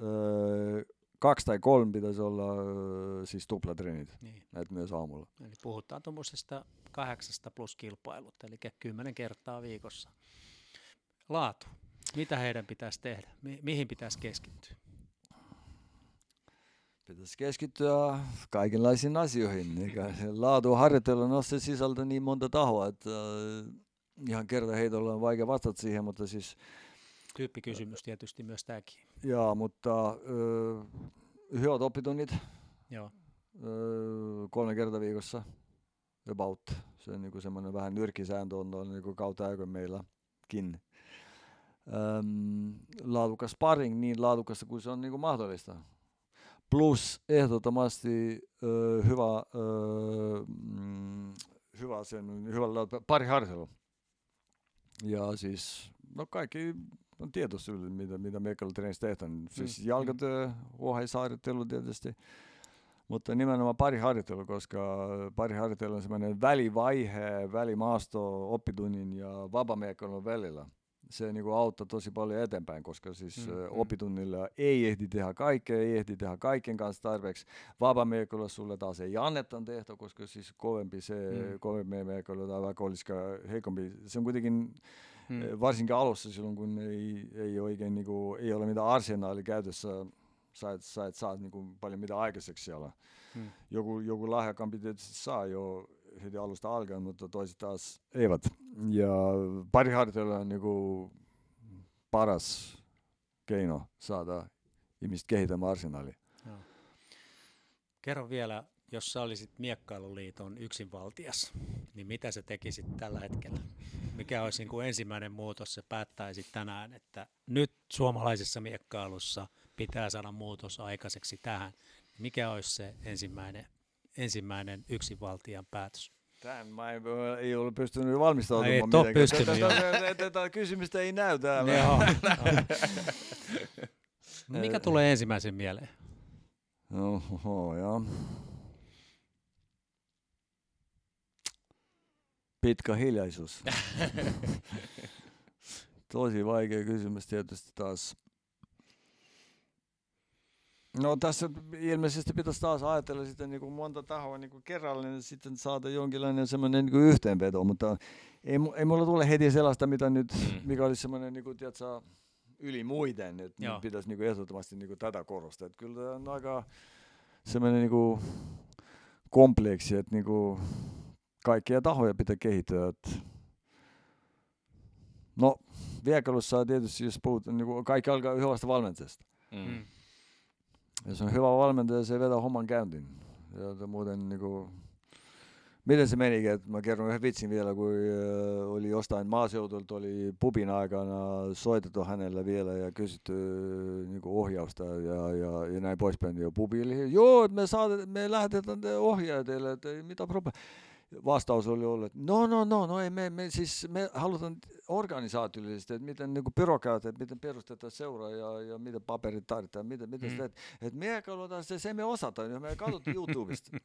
2 tai 3 pitäisi olla siis tuplatreenit, näitä myös aamulla. Eli puhutaan tuommoisesta 8 plus kilpailut, eli 10 kertaa viikossa. Laatu. Mitä heidän pitäisi tehdä? Mihin pitäisi keskittyä? Pitäisi keskittyä kaikenlaisiin asioihin. Laatuharjoittelun se sisältää niin monta tahoa, että ihan kertaheitolla on vaikea vastata siihen, mutta siis... Tyyppikysymys tietysti myös tämäkin. Joo, mutta hyvät oppitunnit. Joo. 3 kertaa viikossa. About. Se on semmoinen vähän nyrkkisääntö on kautta aikoin meilläkin. Laadukas sparring, niin laadukasta kuin se on mahdollista. Plus ehdottomasti hyvä pariharjoittelu. Ja siis, no kaikki on tietoista, mitä meikkailutreenistä tehdään. Siis jalkatyö, oheisharjoittelu tietysti, mutta nimenomaan pariharjoittelu, koska pariharjoittelu on semmoinen välivaihe, välimaasto oppitunnin ja vapaameikkailun välillä. Se auttaa tosi paljon eteenpäin, koska siis oppitunnilla ei ehdi tehdä kaikkea, ei ehdi tehdä kaiken kanssa tarpeeksi. Vapaa-miekolla sulle taas ei anneta tehdä, koska siis kovempi miekolla tai vaikka olisikaan heikompi. Se on kuitenkin varsinkin alussa silloin, kun ei oikein ei ole mitään arsenaalia käytössä, sä et saa paljon mitä aikaiseksi siellä. Joku lahjakampi tietysti saa jo heti alusta alkaen, mutta toiset taas eivät. Ja pariharjoittelu on paras keino saada ihmiset kehittämään arsenaalia. Kerro vielä, jos sä olisit Miekkailuliiton yksinvaltias, niin mitä sä tekisit tällä hetkellä? Mikä olisi ensimmäinen muutos, sä päättäisit tänään, että nyt suomalaisessa miekkailussa pitää saada muutos aikaiseksi tähän. Mikä olisi se ensimmäinen yksinvaltian päätös? Tän mä ei ole pystynyt valmistautumaan ei, mitenkään. Ei pystynyt, Tätä kysymystä ei näy täällä. Mikä tulee ensimmäisen mieleen? Joo. Pitkä hiljaisuus. Tosi vaikea kysymys tietysti taas. No tässä ilmeisesti pitäisi taas ajatella sitten niin kuin monta tahoa niin kuin kerralla, niin sitten saada jonkinlainen semmoinen niin kuin yhteenveto, mutta ei mulla tule heti sellaista, mitä nyt, mikä olisi semmoinen niin kuin, tiedätkö, yli muiden, että nyt pitäisi niin kuin ehdottomasti niin kuin tätä korostaa. Että kyllä tämä on aika semmoinen niin kuin kompleksi, että niin kuin kaikkia tahoja pitää kehittää. Että no, Viekkalussa tietysti, jos puhutaan, niin kaikki alkaa hyvästä valmentajasta. Jos on hyvä valmentaja, se vetää homman käyntiin. Ja muuten niinku, miten se menikin, että mä kerron yhden vitsin vielä, kun oli jostain maaseutulta, oli pubin aikana soitettu hänelle vielä ja kysytty niinku ohjausta ja näin poispäin. Ja pubi oli, joo, me lähetetään ohjaaja teille, että ei mitään probleemia. Vastaus oli ollut, että no, ei me halutaan organisaatiollisesti, että miten niinku byrokraatit, miten perustetaan seuraa ja miten paperit tarvitaan, miten sitä, että me katsotaan se me osataan, ja me katsotaan YouTubesta.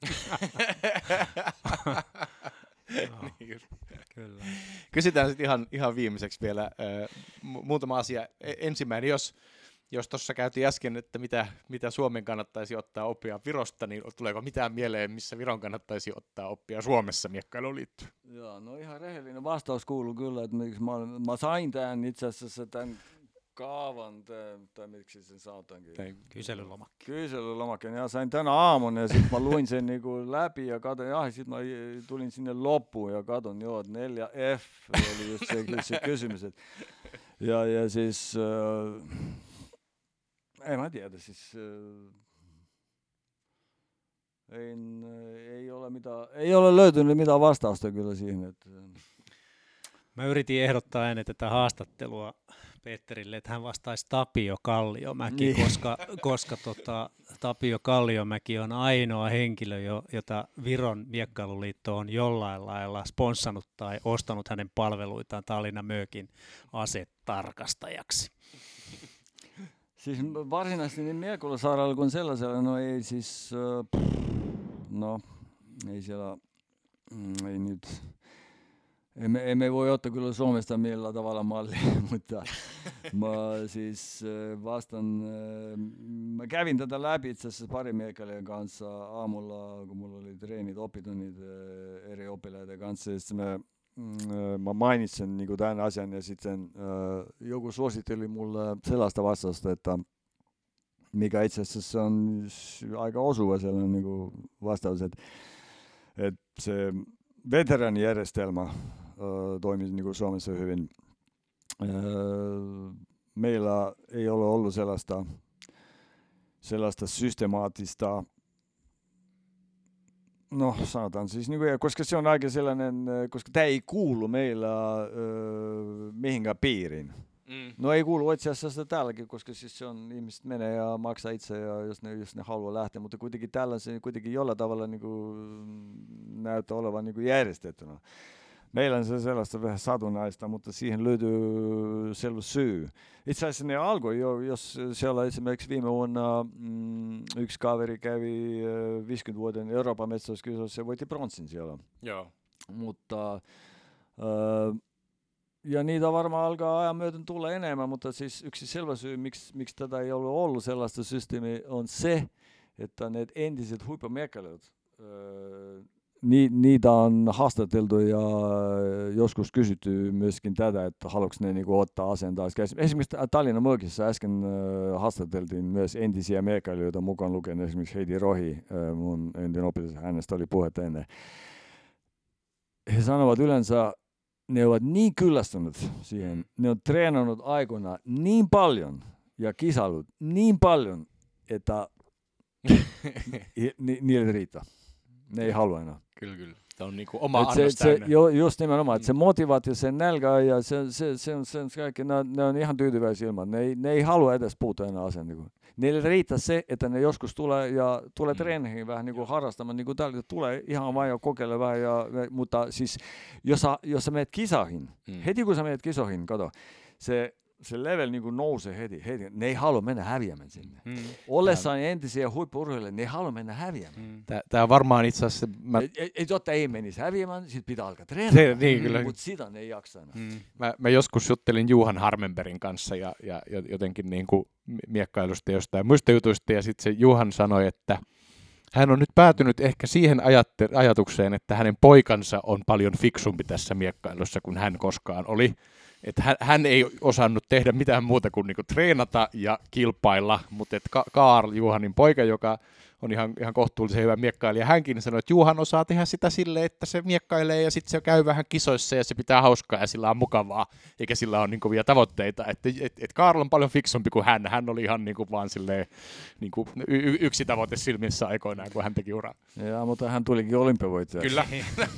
Kyllä. Kysytään sitten ihan viimeiseksi vielä muutama asia. Ensimmäinen, jos tuossa käytiin äsken, että mitä Suomen kannattaisi ottaa oppia Virosta, niin tuleeko mitään mieleen, missä Viron kannattaisi ottaa oppia Suomessa miekkailuun liittyen? Joo, no ihan rehellinen vastaus kuuluu kyllä, että mä sain tämän itse asiassa tämän kaavan, tai miksi sen sanotaankin? Kyselylomakkeen. Ja sain tänä aamuna ja sitten mä luin sen niinku läpi ja katsoin, ja sitten mä tulin sinne loppuun ja katson, joo, että 4F oli just se kysymys. Ja siis... En mä tiedä, siis ei ole löytynyt mitään vastausta kyllä siihen. Että. Mä yritin ehdottaa ennen tätä haastattelua Petterille, että hän vastaisi Tapio Kalliomäki, niin. koska Tapio Kalliomäki on ainoa henkilö, jota Viron miekkailuliitto on jollain lailla sponssannut tai ostanut hänen palveluitaan Tallinnan Möökin asetarkastajaksi. Siis varsinaisesti niin Miekkulasaarella kuin sellaisella, no ei siis, ei siellä, ei nyt, emme voi ottaa kyllä Suomesta millään tavalla mallia, mutta mä siis mä kävin tätä läpi itse asiassa pari miekkailijan kanssa aamulla, kun mulla oli treenit, oppitunnit eri oppilaiden kanssa, ja sitten mä mainitsin niin kuin tämän asian ja sitten joku suositteli mulle sellaista vastausta, että mikä itse asiassa on aika osuva sellainen niin kuin vastaus, että se veteraanijärjestelmä toimii niin kuin Suomessa hyvin. Meillä ei ole ollut sellaista systemaattista, no sanotaan siis, niin kuin, koska se on aika sellainen, koska tämä ei kuulu meillä mihinkään piiriin. No ei kuulu itse asiassa täälläkin, koska siis se on, ihmiset menee ja maksaa itse, ja jos ne haluaa lähteä, mutta kuitenkin tällä se kuitenkin jollain tavalla niin kuin, näyttää olevan niin kuin järjestettynä. Meillä on se sellaista vähän satunnaista, mutta siihen löytyy selvä syy. Itse asiassa ne alkoi jo, jos siellä esimerkiksi viime vuonna yksi kaveri kävi 50 vuoden Euroopan mestaruuskisoissa ja voitti bronssin siellä. Joo. Mutta, ja niitä varmaan alkaa ajan myöten tulla enemmän, mutta siis yksi selvä syy, miksi tätä ei ole ollut sellaista systeemiä, on se, että ne entiset huippumiekkailijat, niitä on haastateltu ja joskus kysytty myöskin tätä, että haluatko ne niinku ottaa aseen taas käsin. Esimerkiksi Tallinnan Möökissä äsken haastateltiin myös entisiä miekkailijoita mukaan lukien esimerkiksi Heidi Rohi, mun entinen opetus, hänestä oli puhetta ennen. He sanovat yleensä, ne ovat niin kyllästyneet siihen, ne on treenannut aikoina niin paljon ja kisailut niin paljon, että niille riittää. Ne ei halua enää. Kyllä. Se on niinku oma annos täynnä. Just nimenomaan, että se motivaatio, se nälkä ja se on kaikki, ne on ihan tyytyväisiä ilman. Ne ei halua edes puuttua enää asiaan. Niin niille riittää se, että ne joskus tulee treeneihin vähän niin kuin harrastamaan, niin kuin tällä tulee ihan vain ja kokeile vähän. Mutta siis, jos sä menet kisoihin, heti kun sä menet kisoihin, kato, se level niin kuin nousee heti. Ne ei halua mennä häviämään sinne. Ollessaan entisiä huippu-urheilijoita, ne ei halua mennä häviämään. Tämä on varmaan itse asiassa... Jotta ei menisi häviämään, sit pitää alkaa treenata. Niin, mutta sitä ne ei jaksa enää. Mä joskus juttelin Juhan Harmenbergin kanssa ja jotenkin niin kuin miekkailusta jostain muista jutuista, ja sitten se Juhan sanoi, että hän on nyt päätynyt ehkä siihen ajatukseen, että hänen poikansa on paljon fiksumpi tässä miekkailussa kuin hän koskaan oli. Että hän ei osannut tehdä mitään muuta kuin niinku treenata ja kilpailla, mutta Karl, Juhanin poika, joka on ihan kohtuullisen hyvä miekkailija, hänkin sanoi, että Juhan osaa tehdä sitä silleen, että se miekkailee ja sitten se käy vähän kisoissa ja se pitää hauskaa ja sillä on mukavaa, eikä sillä ole niin kovia tavoitteita. Että Karl on paljon fiksumpi kuin hän. Hän oli ihan niinku vaan silleen, niinku yksi tavoite silmissä aikoinaan, kun hän teki uraa. Ja, mutta hän tulikin olympiavoittajaksi. Kyllä.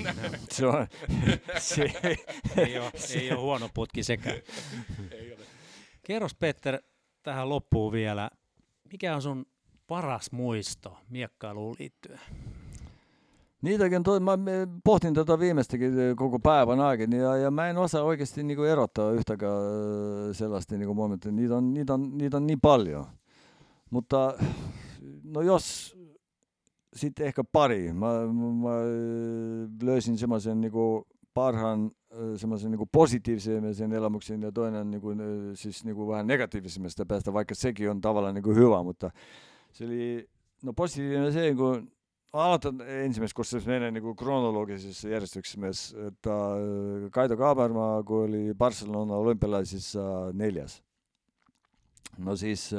Ei ole huono putki sekään. Kerros Peter tähän loppuun vielä, mikä on sun paras muisto miekkailuun liittyen? Niitäkin, mä pohtin tätä viimeistäkin koko päivän aikana ja mä en osaa oikeasti niinku erottaa yhtäkään sellaista niinku momenttia. Niitä on niin paljon. Mutta no jos sitten ehkä pari. Mä löysin semmoisen niinku parhaan semmoisen niinku positiivisen elämyksen ja toinen niinku, siis niinku vähän negatiivisemmasta päästä, vaikka sekin on tavallaan niinku hyvä, mutta se oli positiivinen se, kun aloitan ensimmäistä, koska se menee niin kronologisessa järjestyksessä, että Kaido Kaabermaa, kun oli Barcelona olympialaisissa 4. No siis,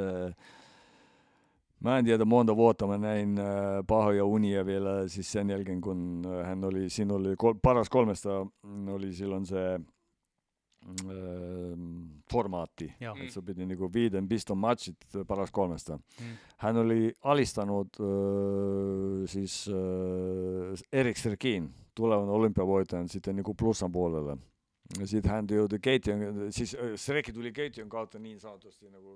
mä en tiedä monta vuotta mä näin pahoja unia vielä siis sen jälkeen, kun hän oli, siinä oli paras 3, oli silloin se formaatti, että se piti niinku 5 piston matchit paras 3. Hän oli alistanut Erik Serkin, tulevan olympiavoittajan sitten niinku plussan puolelle. Sitten hän joutui Serki tuli keittiön kautta niin sanotusti niinku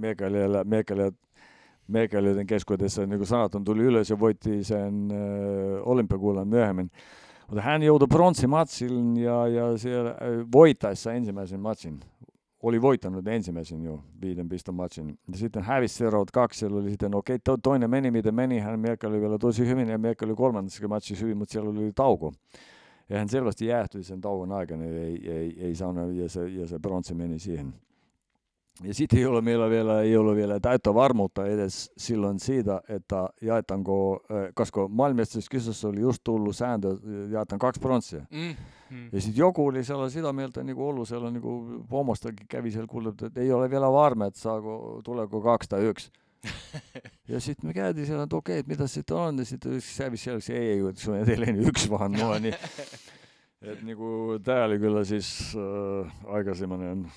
meikäilijöiden keskuudessa niin kuin sanotun tuli ylös ja voitti sen olympiakullan myöhemmin. Mutta hän joutui pronssimatsin ja siellä voittaessa ensimmäisen matsin. Oli voittanut ensimmäisen jo 5 piston matsin. Ja sitten hävisi seuraavat 2. Siellä oli sitten toinen meni miten meni. Hän miekkaili vielä tosi hyvin ja miekkaili 3. matchissa hyvin, mutta siellä oli tauko. Ja hän selvästi jäähtyi sen tauon aikana ei saanut ja se pronssi meni siihen. Ja sitten ei ole vielä täyttä varmuutta edes silloin siitä, että jaetaanko, koska maailmanmestaruuskisossa oli just tullut sääntö, jaetaan 2 pronssia. Ja sitten joku oli sitä mieltä, niin kuin ollut siellä, niin kuin pomostakin kävi siellä kuulla, että ei ole vielä varma, että tuleeko 2 tai 1. Ja sitten me käytiin siellä, että okei, että mitä sitten on, ja sitten kävi siellä, että se on edelleen 1 vaan noin. Niin, että niinku, tää oli kyllä siis aika semmoinen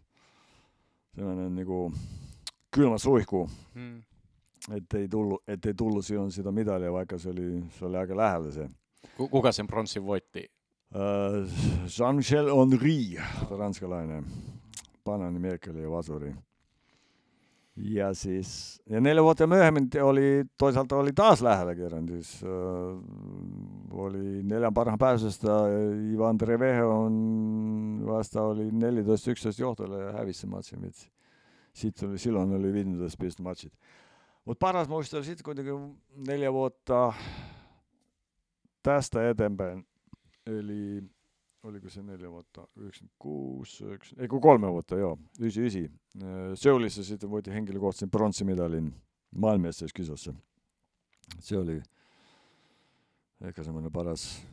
niinku kylmä suihku, ettei tullut silloin sitä mitalia, vaikka se oli aika lähellä se. Kuka sen pronssin voitti? Jean-Michel Henry, ranskalainen, banaanimiekkailija ja vasuri. Ja 4 vuotta myöhemmin toisaalta oli taas lähellä kerran. Siis, oli 4 parhaan pääsystä. Ivan Trevehon vasta oli 14-11 johtoilla ja hävisi se matsin. Silloin oli 15 piston matchit. Mutta paras muisto oli sitten kuitenkin 4 vuotta tästä eteenpäin. Eli oliko se 4 vuotta, 96, 3 vuotta, joo, 99. Seulissa sitten voitti henkilökohtaisen pronssimitalin maailmanmestaruuskisossa. Se oli ehkä semmoinen paras.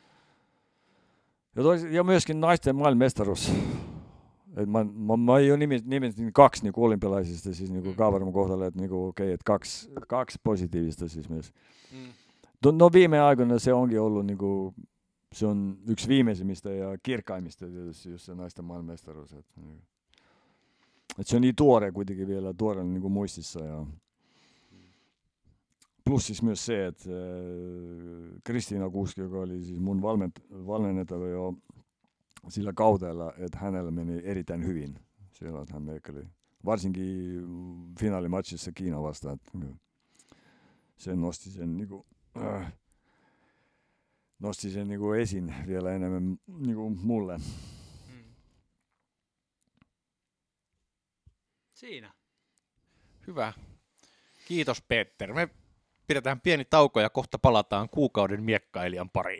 Ja myöskin naisten maailmanmestaruus. Mä jo nimesin 2 niinku olympialaisista, siis niinku Kaaberman kohdalla, että niinku, että 2 positiivista siis myös. No viime aikoina se onkin ollut niinku, se on yksi viimeisimmistä ja kirkkaimmista tietysti, jos se naisten maailmanmestaruus. Että se on niin tuore kuitenkin vielä, tuore niin kuin muistissa. Ja plus siis myös se, että Kristiina Kuuski, joka oli siis mun valmennettava jo sillä kaudella, että hänellä meni erittäin hyvin. Siellä hän meikkeli. Varsinkin finaalimatsissa Kiina vastaan. Se nosti sen niinku esiin vielä enemmän niinku mulle. Siinä. Hyvä. Kiitos Peter. Me pidetään pieni tauko ja kohta palataan kuukauden miekkailijan pariin.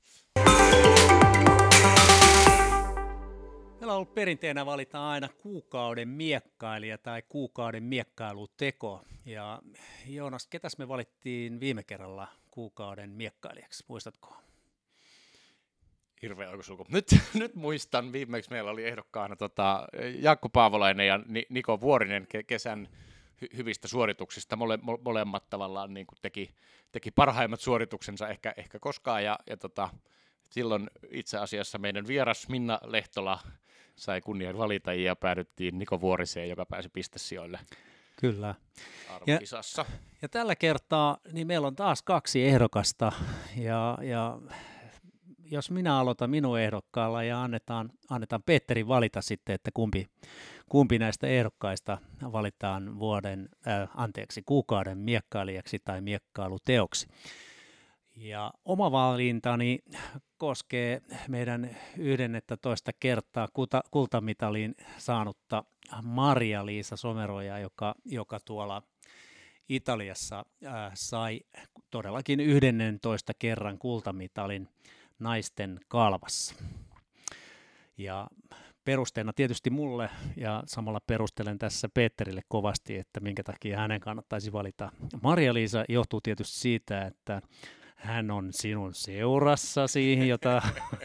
Meillä on ollut perinteenä valita aina kuukauden miekkailija tai kuukauden miekkailuteko. Ja Joonas, ketäs me valittiin viime kerralla kuukauden miekkailijaksi, muistatko? Hirveä oikosulku. Nyt muistan, viimeksi meillä oli ehdokkaana Jaakko Paavolainen ja Niko Vuorinen kesän hyvistä suorituksista. Molemmat tavallaan niin kuin teki parhaimmat suorituksensa ehkä koskaan. Ja silloin itse asiassa meidän vieras Minna Lehtola sai kunnian valita ja päädyttiin Niko Vuoriseen, joka pääsi pistesijoille. Kyllä. Arvokisassa. Ja tällä kertaa niin meillä on taas 2 ehdokasta ja jos minä aloitan minun ehdokkaalla ja annetaan Petterin valita sitten, että kumpi näistä ehdokkaista valitaan kuukauden miekkailijaksi tai miekkailuteoksi. Ja oma valintani koskee meidän 11 kertaa kultamitalin saanutta Maria-Liisa Someroja, joka tuolla Italiassa sai todellakin 11 kerran kultamitalin naisten kalvassa. Ja perusteena tietysti mulle, ja samalla perustelen tässä Petterille kovasti, että minkä takia hänen kannattaisi valita Maria-Liisa, johtuu tietysti siitä, että hän on sinun seurassasi, jota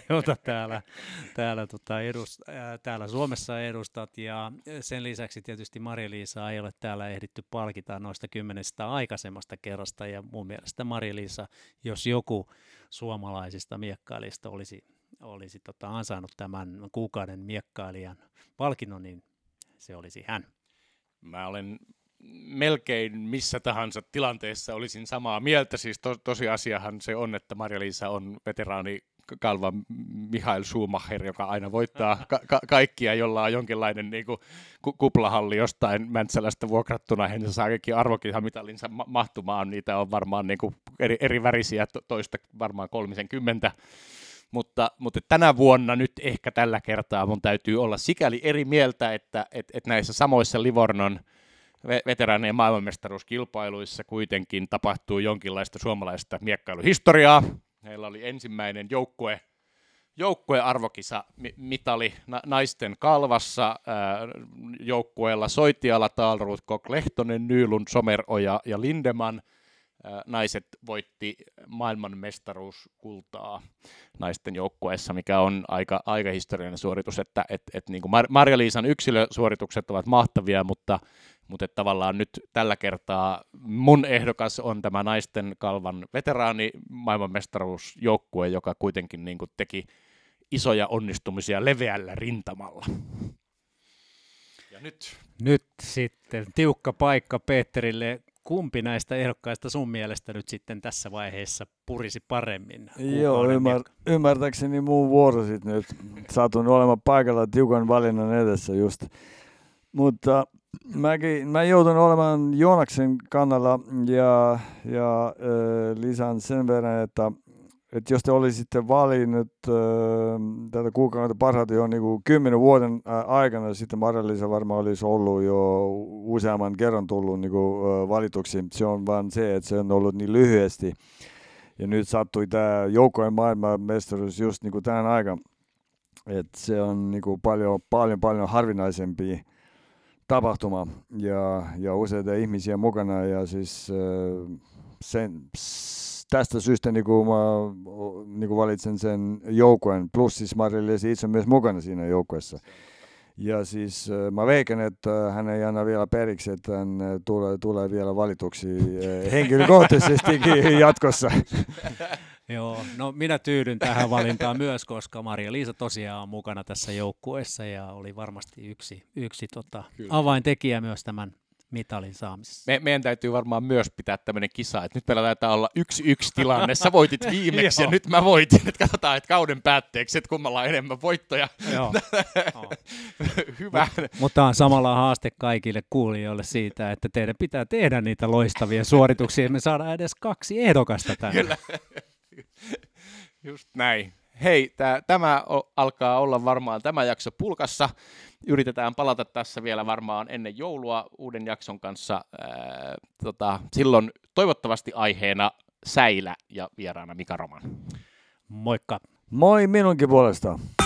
täällä Suomessa edustat, ja sen lisäksi tietysti Maria-Liisaa ei ole täällä ehditty palkita noista 10 aikaisemmasta kerrasta, ja mun mielestä Maria-Liisa, jos joku suomalaisista miekkailijista olisi ansainnut tämän kuukauden miekkailijan palkinnon, niin se olisi hän. Mä olen melkein missä tahansa tilanteessa olisin samaa mieltä. Siis tosiasiahan se on, että Maria-Liisa on veteraani kalva Michael Schumacher, joka aina voittaa kaikkia, jolla on jonkinlainen niinku kuplahalli jostain Mäntsälästä vuokrattuna. Hän saa kaikki arvokisamitallinsa mahtumaan. Niitä on varmaan niinku eri värisiä, toista varmaan 30. Mutta tänä vuonna nyt ehkä tällä kertaa mun täytyy olla sikäli eri mieltä, että näissä samoissa Livornon veteraanien maailmanmestaruuskilpailuissa kuitenkin tapahtuu jonkinlaista suomalaista miekkailuhistoriaa. Heillä oli ensimmäinen joukkuearvokisa mitali naisten kalvassa joukkueella Soitiala, Taalruut, Kok, Lehtonen, Nylund, Someroja ja Lindeman. Naiset voitti maailmanmestaruuskultaa naisten joukkueessa, mikä on aika historiallinen suoritus, että niin kuin Maria-Liisan yksilösuoritukset ovat mahtavia, mutta tavallaan nyt tällä kertaa mun ehdokas on tämä naisten kalvan veteraani maailmanmestaruusjoukkue, joka kuitenkin niin kuin teki isoja onnistumisia leveällä rintamalla. Ja nyt sitten tiukka paikka Petterille. Kumpi näistä ehdokkaista sun mielestä nyt sitten tässä vaiheessa purisi paremmin? Joo, ymmärtääkseni mun vuoro sit nyt. Satun olemaan paikalla tiukan valinnan edessä just. Mutta mä joudun olemaan Joonaksen kannalla ja lisään sen verran, että jos te olisitte valinnut tätä kuukauden parhaita jo niin kuin 10 vuoden aikana, sitten Maria-Liisa varmaan olisi ollut jo useamman kerran tullut niin kuin valituksi. Se on vaan se, että se on ollut niin lyhyesti. Ja nyt sattui tämä joukkojen maailmanmestaruus just niin kuin tähän aikaan. Että se on niin kuin paljon harvinaisempi tapahtuma ja useita ihmisiä mukana. Ja siis tästä syystä niin kuin valitsen sen joukkueen, plus siis Maria-Liisa itse myös mukana siinä joukkueessa. Ja siis mä veikän, että hän ei anna vielä periksi, että hän tulee vielä valituksi henkilökohtaisestikin jatkossa. Joo, no minä tyydyn tähän valintaan myös, koska Maria-Liisa tosiaan on mukana tässä joukkueessa ja oli varmasti yksi avaintekijä myös tämän mitalin saamisessa. Meidän täytyy varmaan myös pitää tämmöinen kisa, että nyt meillä taitaa olla 1-1 tilanne. Sä voitit viimeksi ja nyt mä voitin. Nyt katsotaan, että kauden päätteeksi, että kummalla on enemmän voittoja. Joo. Hyvä. Mutta on samalla haaste kaikille kuulijoille siitä, että teidän pitää tehdä niitä loistavia suorituksia, me saadaan edes 2 ehdokasta tänne. Kyllä. Just näin. Hei, tämä alkaa olla varmaan tämä jakso pulkassa. Yritetään palata tässä vielä varmaan ennen joulua uuden jakson kanssa. Silloin toivottavasti aiheena säilä ja vieraana Mika Roman. Moikka! Moi minunkin puolesta.